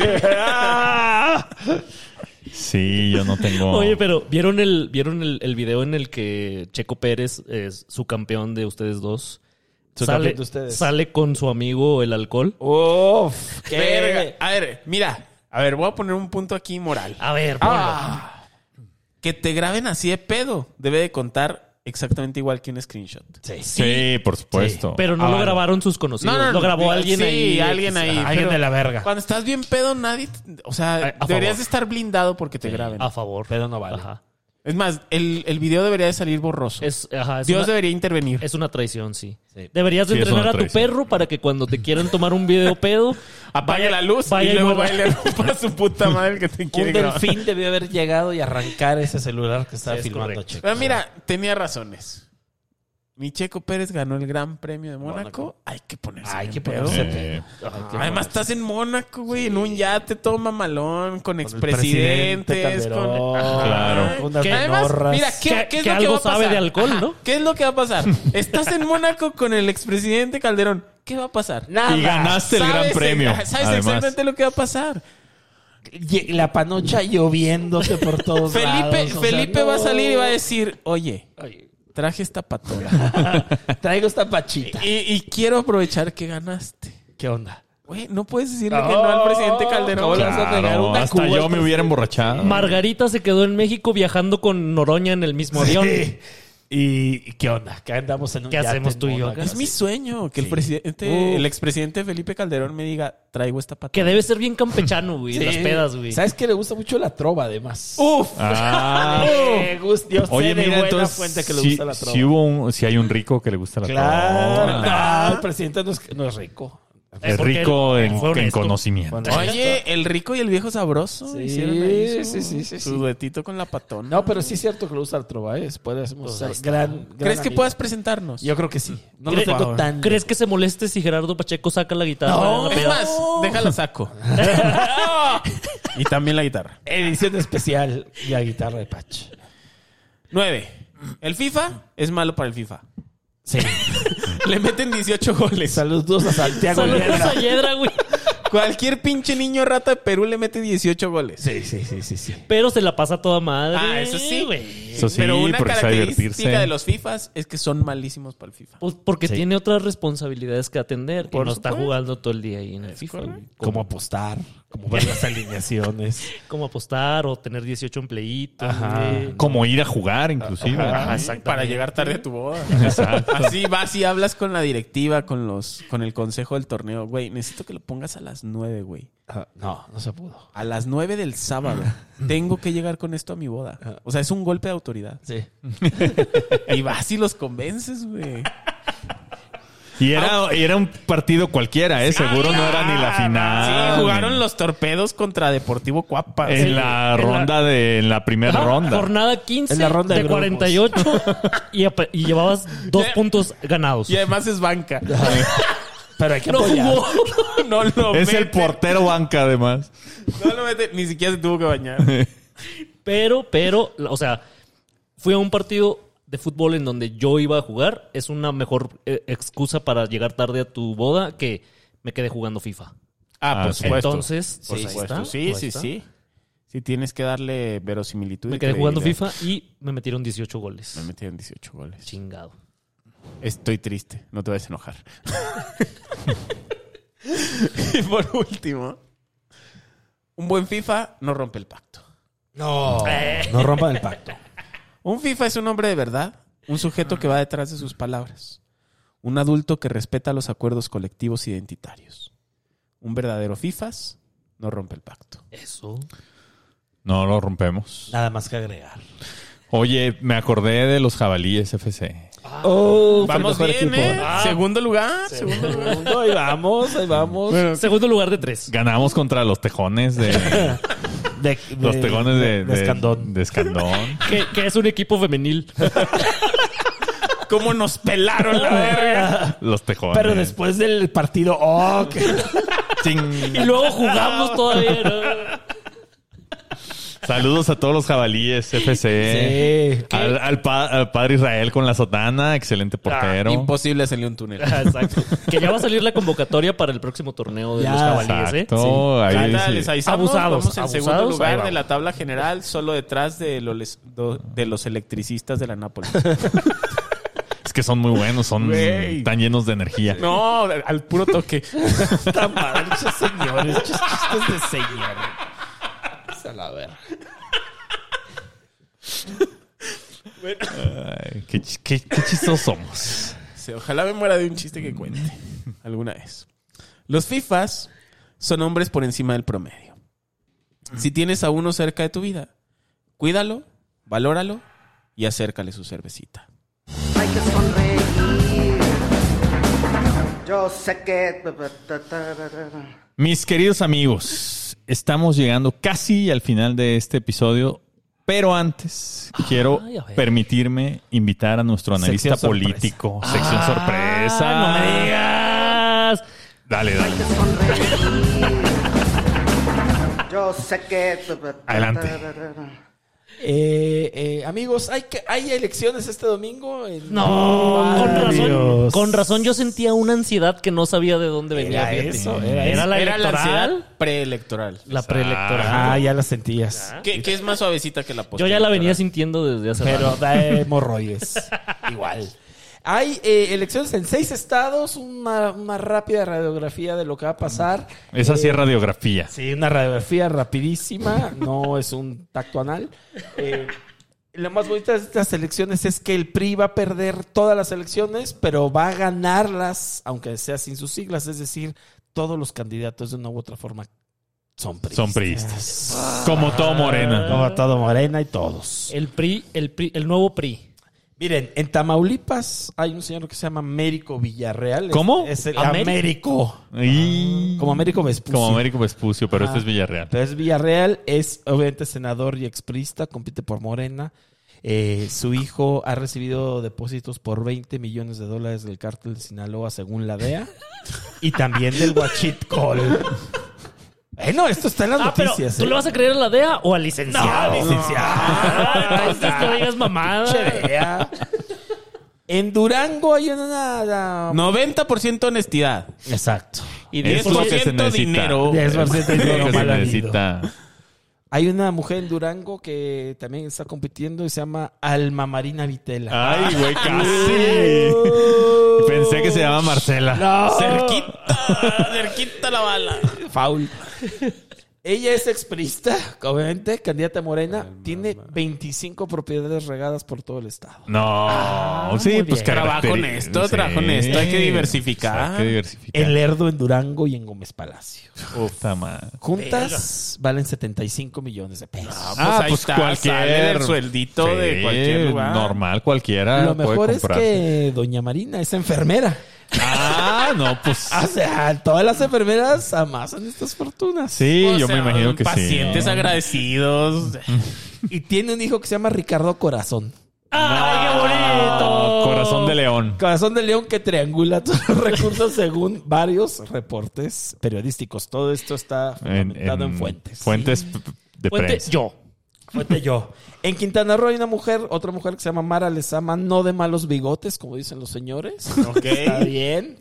Sí, yo no tengo... Oye, pero ¿vieron el video en el que Checo Pérez es su campeón de ustedes dos? Su campeón de ustedes. Sale con su amigo el alcohol. Uf, qué... Verga. A ver, mira. A ver, voy a poner un punto aquí moral. A ver, ponlo. Que te graben así de pedo debe de contar exactamente igual que un screenshot. Sí, por supuesto. Pero no lo grabaron sus conocidos. Lo grabó alguien sí, ahí. alguien ahí. Alguien Pero de la verga. cuando estás bien pedo, nadie... O sea, A deberías favor. de estar blindado porque te graben. A favor. Pero no vale. Ajá. Es más, el video debería de salir borroso. Es Dios una, debería intervenir. es una traición, sí. Sí. Deberías de Sí, es entrenar una a tu traición. perro para que cuando te quieran tomar un video pedo, Apague la luz vaya y luego muerda. baile para su puta madre el que te Un quiere grabar. delfín debió haber llegado y arrancar ese celular que estaba Sí, es filmando correcto. Checo. Pero mira, tenía razones. Mi Checo Pérez ganó el Gran Premio de Mónaco. Hay que ponerse Hay bien que pedo. ponerse Eh, Además estás en Mónaco, güey, en un yate todo mamalón, con el presidente expresidentes, Calderón. Ajá. Claro. Unas ¿Qué? Además, menorras. mira, ¿qué es que lo que algo va a pasar? sabe de alcohol, Ajá. ¿no? ¿Qué es lo que va a pasar? Estás en Mónaco con el expresidente Calderón. ¿Qué va a pasar? Nada. Y ganaste el Gran ¿Sabes- Premio. ¿Sabes además. exactamente lo que va a pasar? La panocha lloviéndote por todos lados. O sea, Felipe va a no. salir y va a decir, oye, traje esta patona. Traigo esta pachita. y quiero aprovechar que ganaste. ¿Qué onda? Güey, no puedes decirle que no al presidente Calderón. ¿Cómo le vas a negar Claro, una hasta Cuba yo al me hubiera emborrachado. Margarita se quedó en México viajando con Noroña en el mismo avión. Sí. ¿Y qué onda? Que andamos en un ¿Qué yate hacemos en tú y yo Mónaco. acá? Es mi sueño que el Sí. presidente, el expresidente Felipe Calderón me diga, traigo esta patona. Que debe ser bien campechano, güey. Sí. Las pedas, güey. ¿Sabes que le gusta mucho la trova, además? ¡Uf! Ah. Me gusta. Yo Oye, sé de mira, buena entonces fuente que le sí, gusta la trova. sí hay un rico que le gusta la Claro. trova. No, el presidente no es rico. Es porque rico él en fue honesto. conocimiento. Oye, el rico y el viejo sabroso. Sí, hicieron ahí sí. su duetito con la patona. No, pero sí es cierto que le gusta la trova. Podemos ser gran ¿Crees que amigo. puedas presentarnos? Yo creo que sí. No lo ¿Crees- tengo tan... ¿Crees que se moleste si Gerardo Pacheco saca la guitarra? No, en la Es peda? más, déjala saco. Y también la guitarra. Edición especial y la guitarra de Pach. 9. El FIFA es malo para el FIFA. Sí. Le meten 18 goles. Saludos a Santiago Saludos Lledra. a Yedra, güey. Cualquier pinche niño rata de Perú le mete 18 goles. Sí. Pero se la pasa toda madre. Ah, eso sí, güey. Eso sí, Pero una porque sabe característica divertirse. de los FIFAs es que son malísimos para el FIFA. Pues porque Sí. tiene otras responsabilidades que atender. Que Por no está supuesto. jugando todo el día ahí en el FIFA. güey. Cómo apostar, cómo ver las alineaciones. Como apostar o tener 18 empleitos. Ajá. güey. Como ir a jugar, inclusive. Ajá, exactamente. Para llegar tarde a tu boda. Exacto. Así vas y hablas con la directiva, con el consejo del torneo. Güey, necesito que lo pongas a las 9, güey. No se pudo. A las 9 del sábado. Tengo que llegar con esto a mi boda. O sea, es un golpe de autoridad. Sí. Y vas y los convences, güey. Y era un partido cualquiera, ¿eh? Seguro no era ni la final. Sí, jugaron los Torpedos contra Deportivo Cuapa. En la ronda en la primera ronda. Jornada 15 En la ronda de de grupos. 48 y llevabas 2 puntos ganados. Y además es banca. Pero hay que No apoyar. jugó. No lo Es el mete. portero banca, además. No lo mete. Ni siquiera se tuvo que bañar. Pero, o sea, fui a un partido de fútbol en donde yo iba a jugar. Es una mejor excusa para llegar tarde a tu boda que me quedé jugando FIFA. Por supuesto. Entonces, Por ahí supuesto. está, Sí, ahí sí, está. sí. Sí, tienes que darle verosimilitud. Me y quedé jugando credibilidad. FIFA y me metieron 18 goles. Me metieron 18 goles. Chingado. Estoy triste, no te vayas a enojar. Y por último, un buen FIFA no rompe el pacto. No, no rompan el pacto. Un FIFA es un hombre de verdad, un sujeto que va detrás de sus palabras, un adulto que respeta los acuerdos colectivos identitarios. Un verdadero FIFAs no rompe el pacto. Eso. No lo rompemos. Nada más que agregar. Oye, me acordé de los Jabalíes FC. Vamos bien, ¿eh? Segundo lugar. Ahí vamos, ahí vamos. Segundo lugar de 3. Ganamos contra los Tejones los Tejones de Escandón. De Escandón. Que es un equipo femenil. ¿Cómo nos pelaron la verga? Los Tejones. Pero después del partido, Y luego jugamos todavía, ¿no? Saludos a todos los Jabalíes FC. Sí. Al padre Israel con la sotana, excelente portero. Imposible salir un túnel. Exacto. Que ya va a salir la convocatoria para el próximo torneo de Ya, los Jabalíes, ¿eh? Exacto. Ahí Anda, sí. les avisamos, Abusados, vamos en segundo abusados, ahí lugar vamos. de la tabla general, solo detrás de los electricistas de la Nápoles. Es que son muy buenos, Güey. tan llenos de energía. No, al puro toque. Está mal, muchos señores, muchos chistes de señor. A la verga. Ay, qué chistosos somos. Sí, ojalá me muera de un chiste que cuente alguna vez. Los FIFAs son hombres por encima del promedio. Si tienes a uno cerca de tu vida, cuídalo, valóralo y acércale su cervecita. Hay que sonreír. Yo sé que... Mis queridos amigos, estamos llegando casi al final de este episodio, pero antes quiero a ver. permitirme invitar a nuestro analista Sección sorpresa. político. Sección sorpresa. ¡No me digas! Dale. Hay que sonreír. Yo sé que... Adelante. Amigos, ¿hay elecciones este domingo? No, Dios. con razón yo sentía una ansiedad que no sabía de dónde venía. Era fíjate. eso, Era la Era la electoral. ansiedad preelectoral. La preelectoral. Ya la sentías. Que es más suavecita que la Yo postelectoral. ya la venía sintiendo desde hace Pero rato. da hemorroides. Igual. Hay elecciones en 6 estados, una rápida radiografía de lo que va a pasar. Esa sí es radiografía. Sí, una radiografía rapidísima, no es un tacto anal. Lo más bonito de estas elecciones es que el PRI va a perder todas las elecciones, pero va a ganarlas, aunque sea sin sus siglas. Es decir, todos los candidatos de una u otra forma son priistas. Son priistas. Como todo Morena. Como todo Morena y todos. El nuevo PRI. Miren, en Tamaulipas hay un señor que se llama Américo Villarreal. ¿Cómo? Es el ¿Américo? Y... Como Américo Vespucio. Como Américo Vespucio, pero este es Villarreal. Pero es Villarreal, es obviamente senador y exprista, compite por Morena. Su hijo ha recibido depósitos por $20 millones del cártel de Sinaloa, según la DEA. Y también del Huachitcol. No, esto está en las Pero noticias. ¿tú le vas a creer a la DEA o al licenciado? No, licenciado. Entonces no digas mamada. Pinche DEA. En Durango hay una... 90% honestidad. Exacto. Y Eso es lo que se 10% necesita. dinero. 10% Es lo dinero que se mal habido. necesita. Hay una mujer en Durango que también está compitiendo y se llama Alma Marina Vitela. Ay, güey, casi. Pensé que se llama Marcela. No. Cerquita la bala. Foul. Ella es exprista, obviamente, candidata a Morena. Tiene 25 propiedades regadas por todo el estado. No, sí, muy pues bien. Trabajo honesto, trabajo honesto. Hay que diversificar. Hay que diversificar. En Lerdo, en Durango y en Gómez Palacio. Puta madre. Juntas valen 75 millones de pesos. Ahí está, sale del sueldito de cualquier lugar. Normal, cualquiera. Lo mejor puede es comprar. que doña Marina es enfermera. Ah, no, pues. O sea, todas las enfermeras amasan estas fortunas. Sí, O yo sea, me imagino que pacientes sí. agradecidos. Y tiene un hijo que se llama Ricardo Corazón. ¡Ay, qué bonito! Corazón de león. Corazón de León que triangula todos los recursos según varios reportes periodísticos. Todo esto está fundamentado en fuentes. Fuentes de Fuente, prensa. yo. Fuerte yo. En Quintana Roo hay otra mujer que se llama Mara Lezama, no de malos bigotes, como dicen los señores. Ok. Está bien.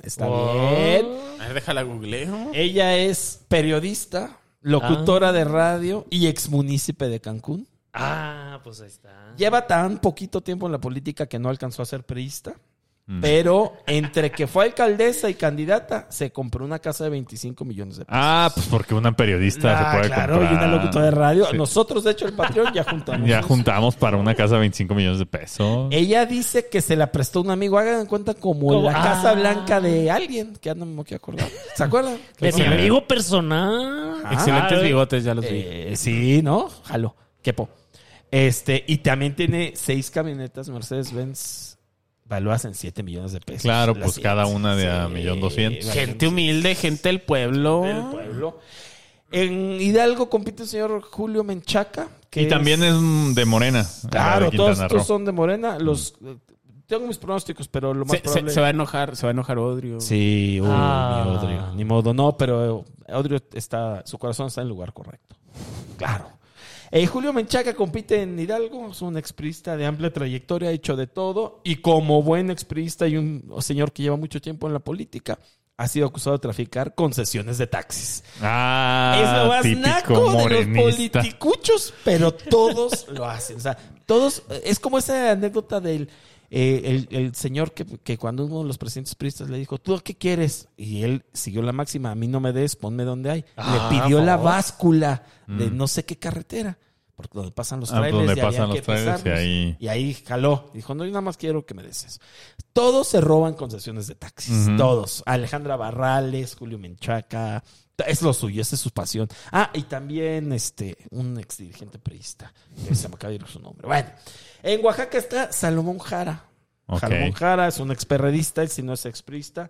A ver, déjala googleo. Ella es periodista, locutora de radio y exmunícipe de Cancún. Ah, pues ahí está. Lleva tan poquito tiempo en la política que no alcanzó a ser priista. Pero entre que fue alcaldesa y candidata, se compró una casa de 25 millones de pesos. Ah, pues porque una periodista se puede claro, comprar. y una locutora de radio. Sí. Nosotros, de hecho, el Patreon ya juntamos. Ya eso. juntamos para una casa 25 millones de pesos. Ella dice que se la prestó un amigo. Hagan en cuenta como la Casa Blanca de alguien, que no me quiero acordar. ¿Se acuerdan? De mi amigo personal. Excelentes bigotes, ya los vi. Sí, ¿no? Jalo. Quepo. Y también tiene 6 camionetas Mercedes-Benz valuadas en 7 millones de pesos. Claro, Las pues 7. cada una de a Sí, 1,200,000. Gente humilde, gente del pueblo. del pueblo. En Hidalgo compite el señor Julio Menchaca. Que Y también es de Morena. Claro, de todos Quintana Roo. estos son de Morena. Tengo mis pronósticos, pero lo más probable... Se va a enojar Odrio. Sí, mi Odrio. Ni modo, no, pero Odrio su corazón está en el lugar correcto. Claro. Julio Menchaca compite en Hidalgo, es un expriista de amplia trayectoria, ha hecho de todo, y como buen expriista y un señor que lleva mucho tiempo en la política, ha sido acusado de traficar concesiones de taxis. Ah, Es lo más típico naco de los morenista. politicuchos, pero todos lo hacen. O sea, todos, es como esa anécdota del el señor que cuando uno de los presidentes priistas le dijo, ¿tú qué quieres? Y él siguió la máxima, a mí no me des, ponme donde hay. Le pidió la báscula de no sé qué carretera, porque donde pasan los trailers, donde y había pasan que los trailers, pesarlos. y Y ahí jaló. Dijo, no, yo nada más quiero que me des eso. Todos se roban concesiones de taxis. Todos. Alejandra Barrales, Julio Menchaca. Es lo suyo, esa es su pasión. Ah, y también un ex dirigente priista. Que se me acaba de ir su nombre. Bueno, en Oaxaca está Salomón Jara. Ok. Salomón Jara es un experredista, él si no es expriista.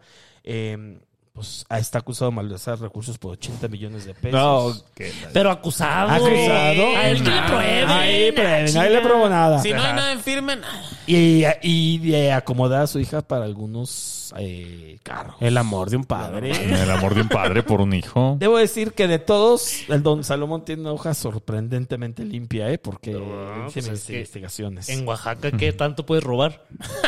Pues está acusado de malversar recursos por 80 millones de pesos. No, Pero acusado. Acusado. A él que le prueben. Nadie le probó nada. Si no hay nada en firme, nada. Y acomodar a su hija para algunos carros. El amor de un padre. el amor de un padre por un hijo. Debo decir que de todos, el don Salomón tiene una hoja sorprendentemente limpia, porque hice pues mis es que investigaciones. En Oaxaca, ¿qué tanto puedes robar?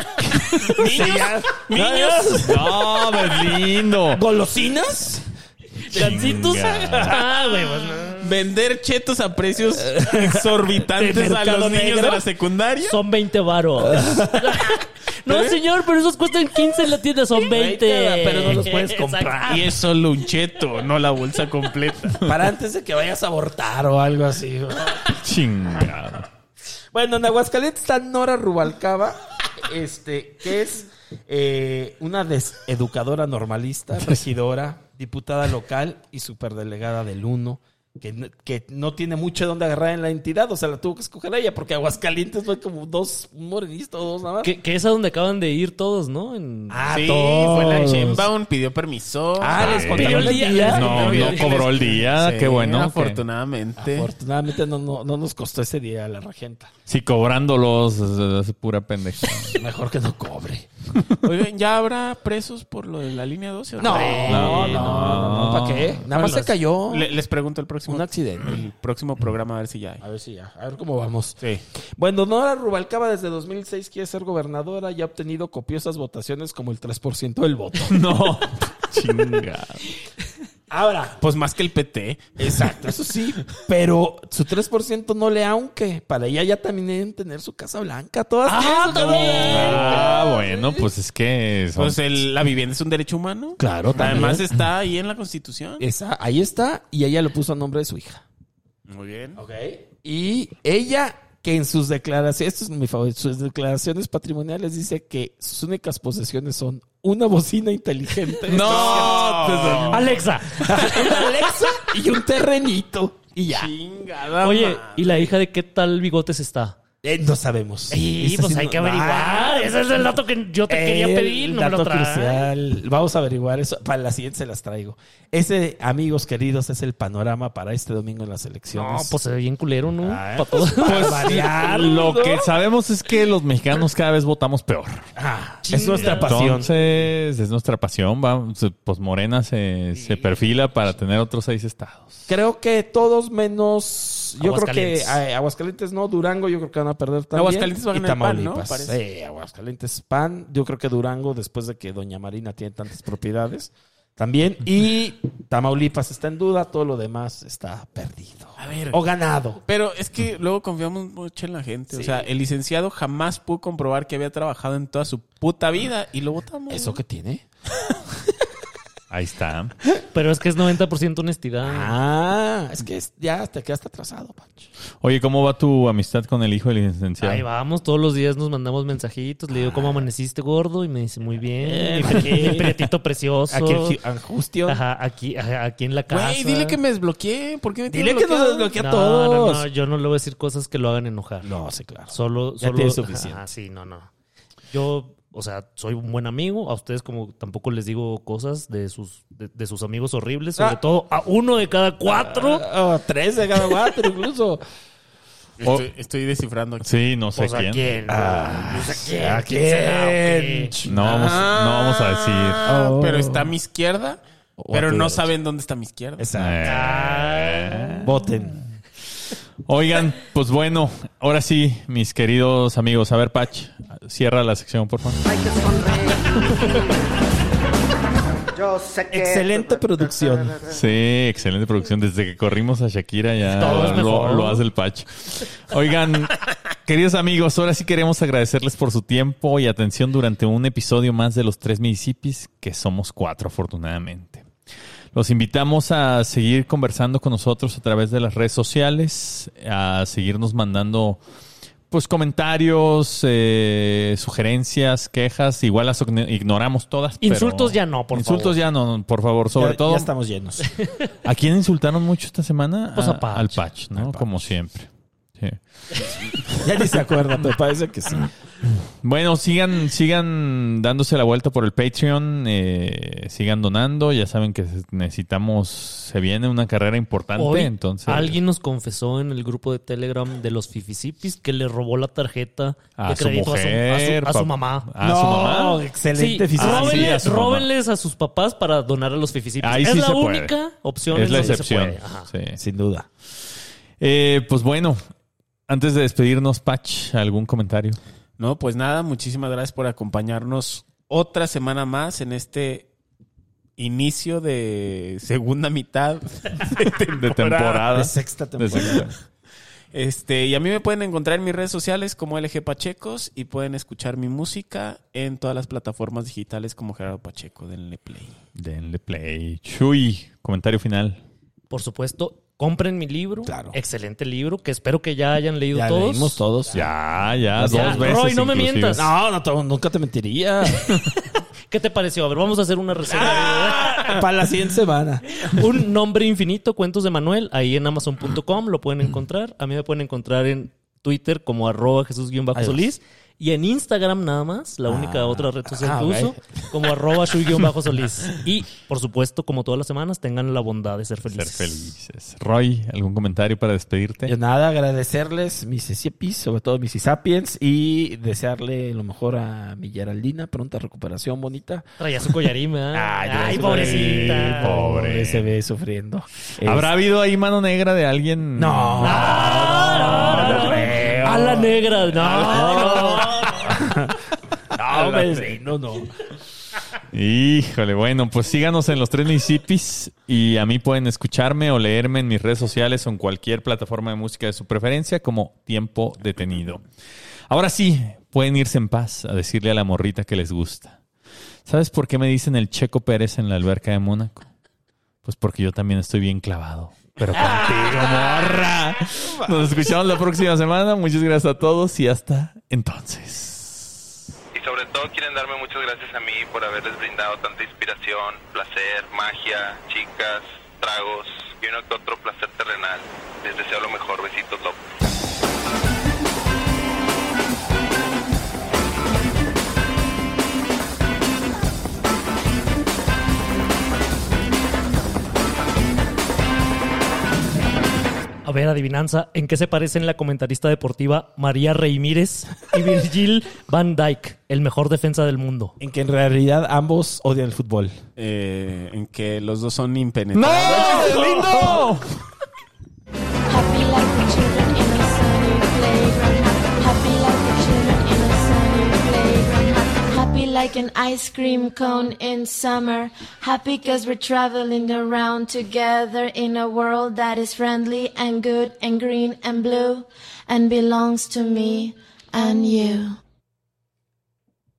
¿Niños? No, es lindo. ¿Golosinas? ¿Gancitos? Chinga. Güey, pues no. Vender chetos a precios exorbitantes ¿De a mercado los niños negro? de la secundaria. Son 20 varos. No, señor, pero esos cuestan 15 en la tienda, son 20. pero no los puedes Exacto. comprar. Y es solo un cheto, no la bolsa completa. Para antes de que vayas a abortar o algo así. Chingado. Bueno, en Aguascalientes está Nora Rubalcaba, que es una educadora normalista, regidora, diputada local y superdelegada del UNO, que no tiene mucho de dónde agarrar en la entidad, o sea, la tuvo que escoger ella, porque Aguascalientes no hay como dos morenistas, dos nada más. Que es a donde acaban de ir todos, ¿no? Sí, todos. fue la Sheinbaum, pidió permiso. Les Pidió contaron el el día. día. No cobró el día. Sí, Qué bueno. que- Afortunadamente. Afortunadamente no nos costó ese día la regenta. Sí, cobrándolos es pura pendeja. Mejor que no cobre. Oigan, ¿ya habrá presos por lo de la línea 12? ¿o No, no. ¿para qué? Nada más se cayó. Les pregunto el próximo. Un accidente. El próximo programa a ver si ya hay. A ver si ya. A ver cómo vamos. Sí. Bueno, Nora Rubalcaba desde 2006 quiere ser gobernadora y ha obtenido copiosas votaciones como el 3% del voto. No. Chingado. Ahora, Pues más que el PT. exacto, eso sí, pero su 3% no le aunque. Para ella ya también deben tener su Casa Blanca. Todas tienen. Bueno, pues es que son- Pues la vivienda es un derecho humano. Claro, también. Además está ahí en la Constitución. Ahí está, y ella lo puso a nombre de su hija. Muy bien. Ok. Y ella, que en sus declaraciones, esto es mi favorito, sus declaraciones patrimoniales dice que sus únicas posesiones son una bocina inteligente. ¡No! Alexa. Una Alexa y un terrenito. Y ya. Chingada. Oye, madre. ¿y la hija de qué tal bigotes está? No sabemos. Sí, Esa pues sí hay no- que averiguar. Ese es el dato que yo te quería pedir. No me lo dato traes. crucial. Vamos a averiguar eso. Para la siguiente se las traigo. Ese, amigos queridos, es el panorama para este domingo en las elecciones. No, pues se ve bien culero, ¿no? Ah, Para todos. Pues variar, Lo ¿no? que sabemos es que los mexicanos cada vez votamos peor. Es nuestra pasión. Entonces, es nuestra pasión. Pues Morena se perfila para tener otros 6 estados. Creo que todos menos Pues yo creo que Aguascalientes no, Durango yo creo que van a perder también. Aguascalientes va a y ganar el PAN, ¿no? Tamaulipas. Parece. Sí, Aguascalientes PAN. Yo creo que Durango, después de que Doña Marina tiene tantas propiedades, también. Y Tamaulipas está en duda, todo lo demás está perdido. A ver. O ganado. Pero es que luego confiamos mucho en la gente. O sea, el licenciado jamás pudo comprobar que había trabajado en toda su puta vida y lo votamos. ¿Eso qué tiene? Ahí está. Pero es que es 90% honestidad. Ah, es que ya te quedaste atrasado, Pancho. Oye, ¿cómo va tu amistad con el hijo del licenciado? Ahí vamos, todos los días nos mandamos mensajitos. Le digo, ¿cómo amaneciste, gordo? Y me dice, muy bien. Mi prietito precioso. Aquí en Justio. Ajá, aquí en la casa. Güey, dile que me desbloqueé. ¿Por qué me Dile tienes que nos bloqueado? desbloquea a todos. No, yo no le voy a decir cosas que lo hagan enojar. No, sí, claro. Solo tienes suficiente. Ah, sí, no. Yo, o sea, soy un buen amigo. A ustedes como tampoco les digo cosas de sus amigos horribles. Sobre todo a 1 de cada 4. 3 de cada 4 incluso. Estoy descifrando aquí. Sí, no sé Pues, ¿a quién. quién? ¿A ¿Quién será? quién? No vamos a decir. Oh. Pero está a mi izquierda, O pero a tu no derecha. saben dónde está mi izquierda. Exacto. Voten. Oigan, pues bueno, ahora sí, mis queridos amigos. A ver, Patch, cierra la sección, por favor. Hay que sonreír. Yo sé que... Excelente producción. Sí, excelente producción. Desde que corrimos a Shakira ya Todo es mejor. lo hace el Patch. Oigan, queridos amigos, ahora sí queremos agradecerles por su tiempo y atención durante un episodio más de Los Tres Municipios, que somos 4 afortunadamente. Los invitamos a seguir conversando con nosotros a través de las redes sociales, a seguirnos mandando pues comentarios, sugerencias, quejas. Igual las ignoramos todas. Insultos pero- ya no, por Insultos favor. ya no, por favor. Sobre todo, Ya estamos llenos. ¿a quién insultaron mucho esta semana? Pues a Patch. Al Patch, ¿no? Al Patch. Como siempre. Sí. Ya ni se acuerda, pero parece que sí. Bueno, sigan dándose la vuelta por el Patreon, sigan donando, ya saben que se viene una carrera importante, Hoy entonces alguien nos confesó en el grupo de Telegram de los Fifisipis que le robó la tarjeta a de su crédito mujer, a su mamá. a su mamá. Excelente. Sí, eficiencia. sí, a su mamá. róbenles a sus papás para donar a los Fifisipis. Ahí Es sí la se puede. única opción Es en la donde excepción. se puede. Ajá. Sí. Sin duda. Pues bueno, antes de despedirnos, Patch, ¿algún comentario? No, pues nada, muchísimas gracias por acompañarnos otra semana más en este inicio de segunda mitad De temporada. De sexta De temporada. sexta. Y a mí me pueden encontrar en mis redes sociales como LG Pachecos y pueden escuchar mi música en todas las plataformas digitales como Gerardo Pacheco. Denle play. Denle play. Chuy, comentario final. Por supuesto, compren mi libro. Claro. Excelente libro, que espero que ya hayan leído Ya todos. leímos todos. Ya, Ya, dos veces. Roy, no me inclusive. mientas. No, nunca te mentiría. ¿Qué te pareció? A ver, vamos a hacer una reseña. Para la siguiente semana. Un nombre infinito, cuentos de Manuel, ahí en Amazon.com lo pueden encontrar. A mí me pueden encontrar en Twitter como @Jesús_Solís y en Instagram nada más, la única otra red social que uso, como @Shui_Solís. Y, por supuesto, como todas las semanas, tengan la bondad de ser felices. Ser felices. Roy, ¿algún comentario para despedirte? Yo nada, agradecerles mis Sisiapis, sobre todo mis Isapiens, y desearle lo mejor a mi Geraldina, pronta recuperación, bonita. Traía su collarín, ¿verdad? Ay, sí, pobrecita. pobre. Se ve sufriendo. ¿Habrá habido ahí mano negra de alguien? No. No. creo. A la negra. No. No, vecino, no. Híjole, bueno, pues síganos en Los Tres Municipios y a mí pueden escucharme o leerme en mis redes sociales o en cualquier plataforma de música de su preferencia como Tiempo Detenido. Ahora sí, pueden irse en paz a decirle a la morrita que les gusta. ¿Sabes por qué me dicen el Checo Pérez en la alberca de Mónaco? Pues porque yo también estoy bien clavado. Pero contigo, morra. Nos escuchamos la próxima semana. Muchas gracias a todos y hasta entonces. Y sobre todo quieren darme muchas gracias a mí por haberles brindado tanta inspiración, placer, magia, chicas, tragos y uno que otro placer terrenal. Les deseo lo mejor. Besitos, López. A ver, adivinanza, ¿en qué se parecen la comentarista deportiva María Reimírez y Virgil van Dijk, el mejor defensa del mundo? En que en realidad ambos odian el fútbol. En que los dos son impenetrables. ¡No! ¡Lindo! Happy Life like an ice cream cone in summer. Happy 'cause we're traveling around together in a world that is friendly and good and green and blue and belongs to me and you.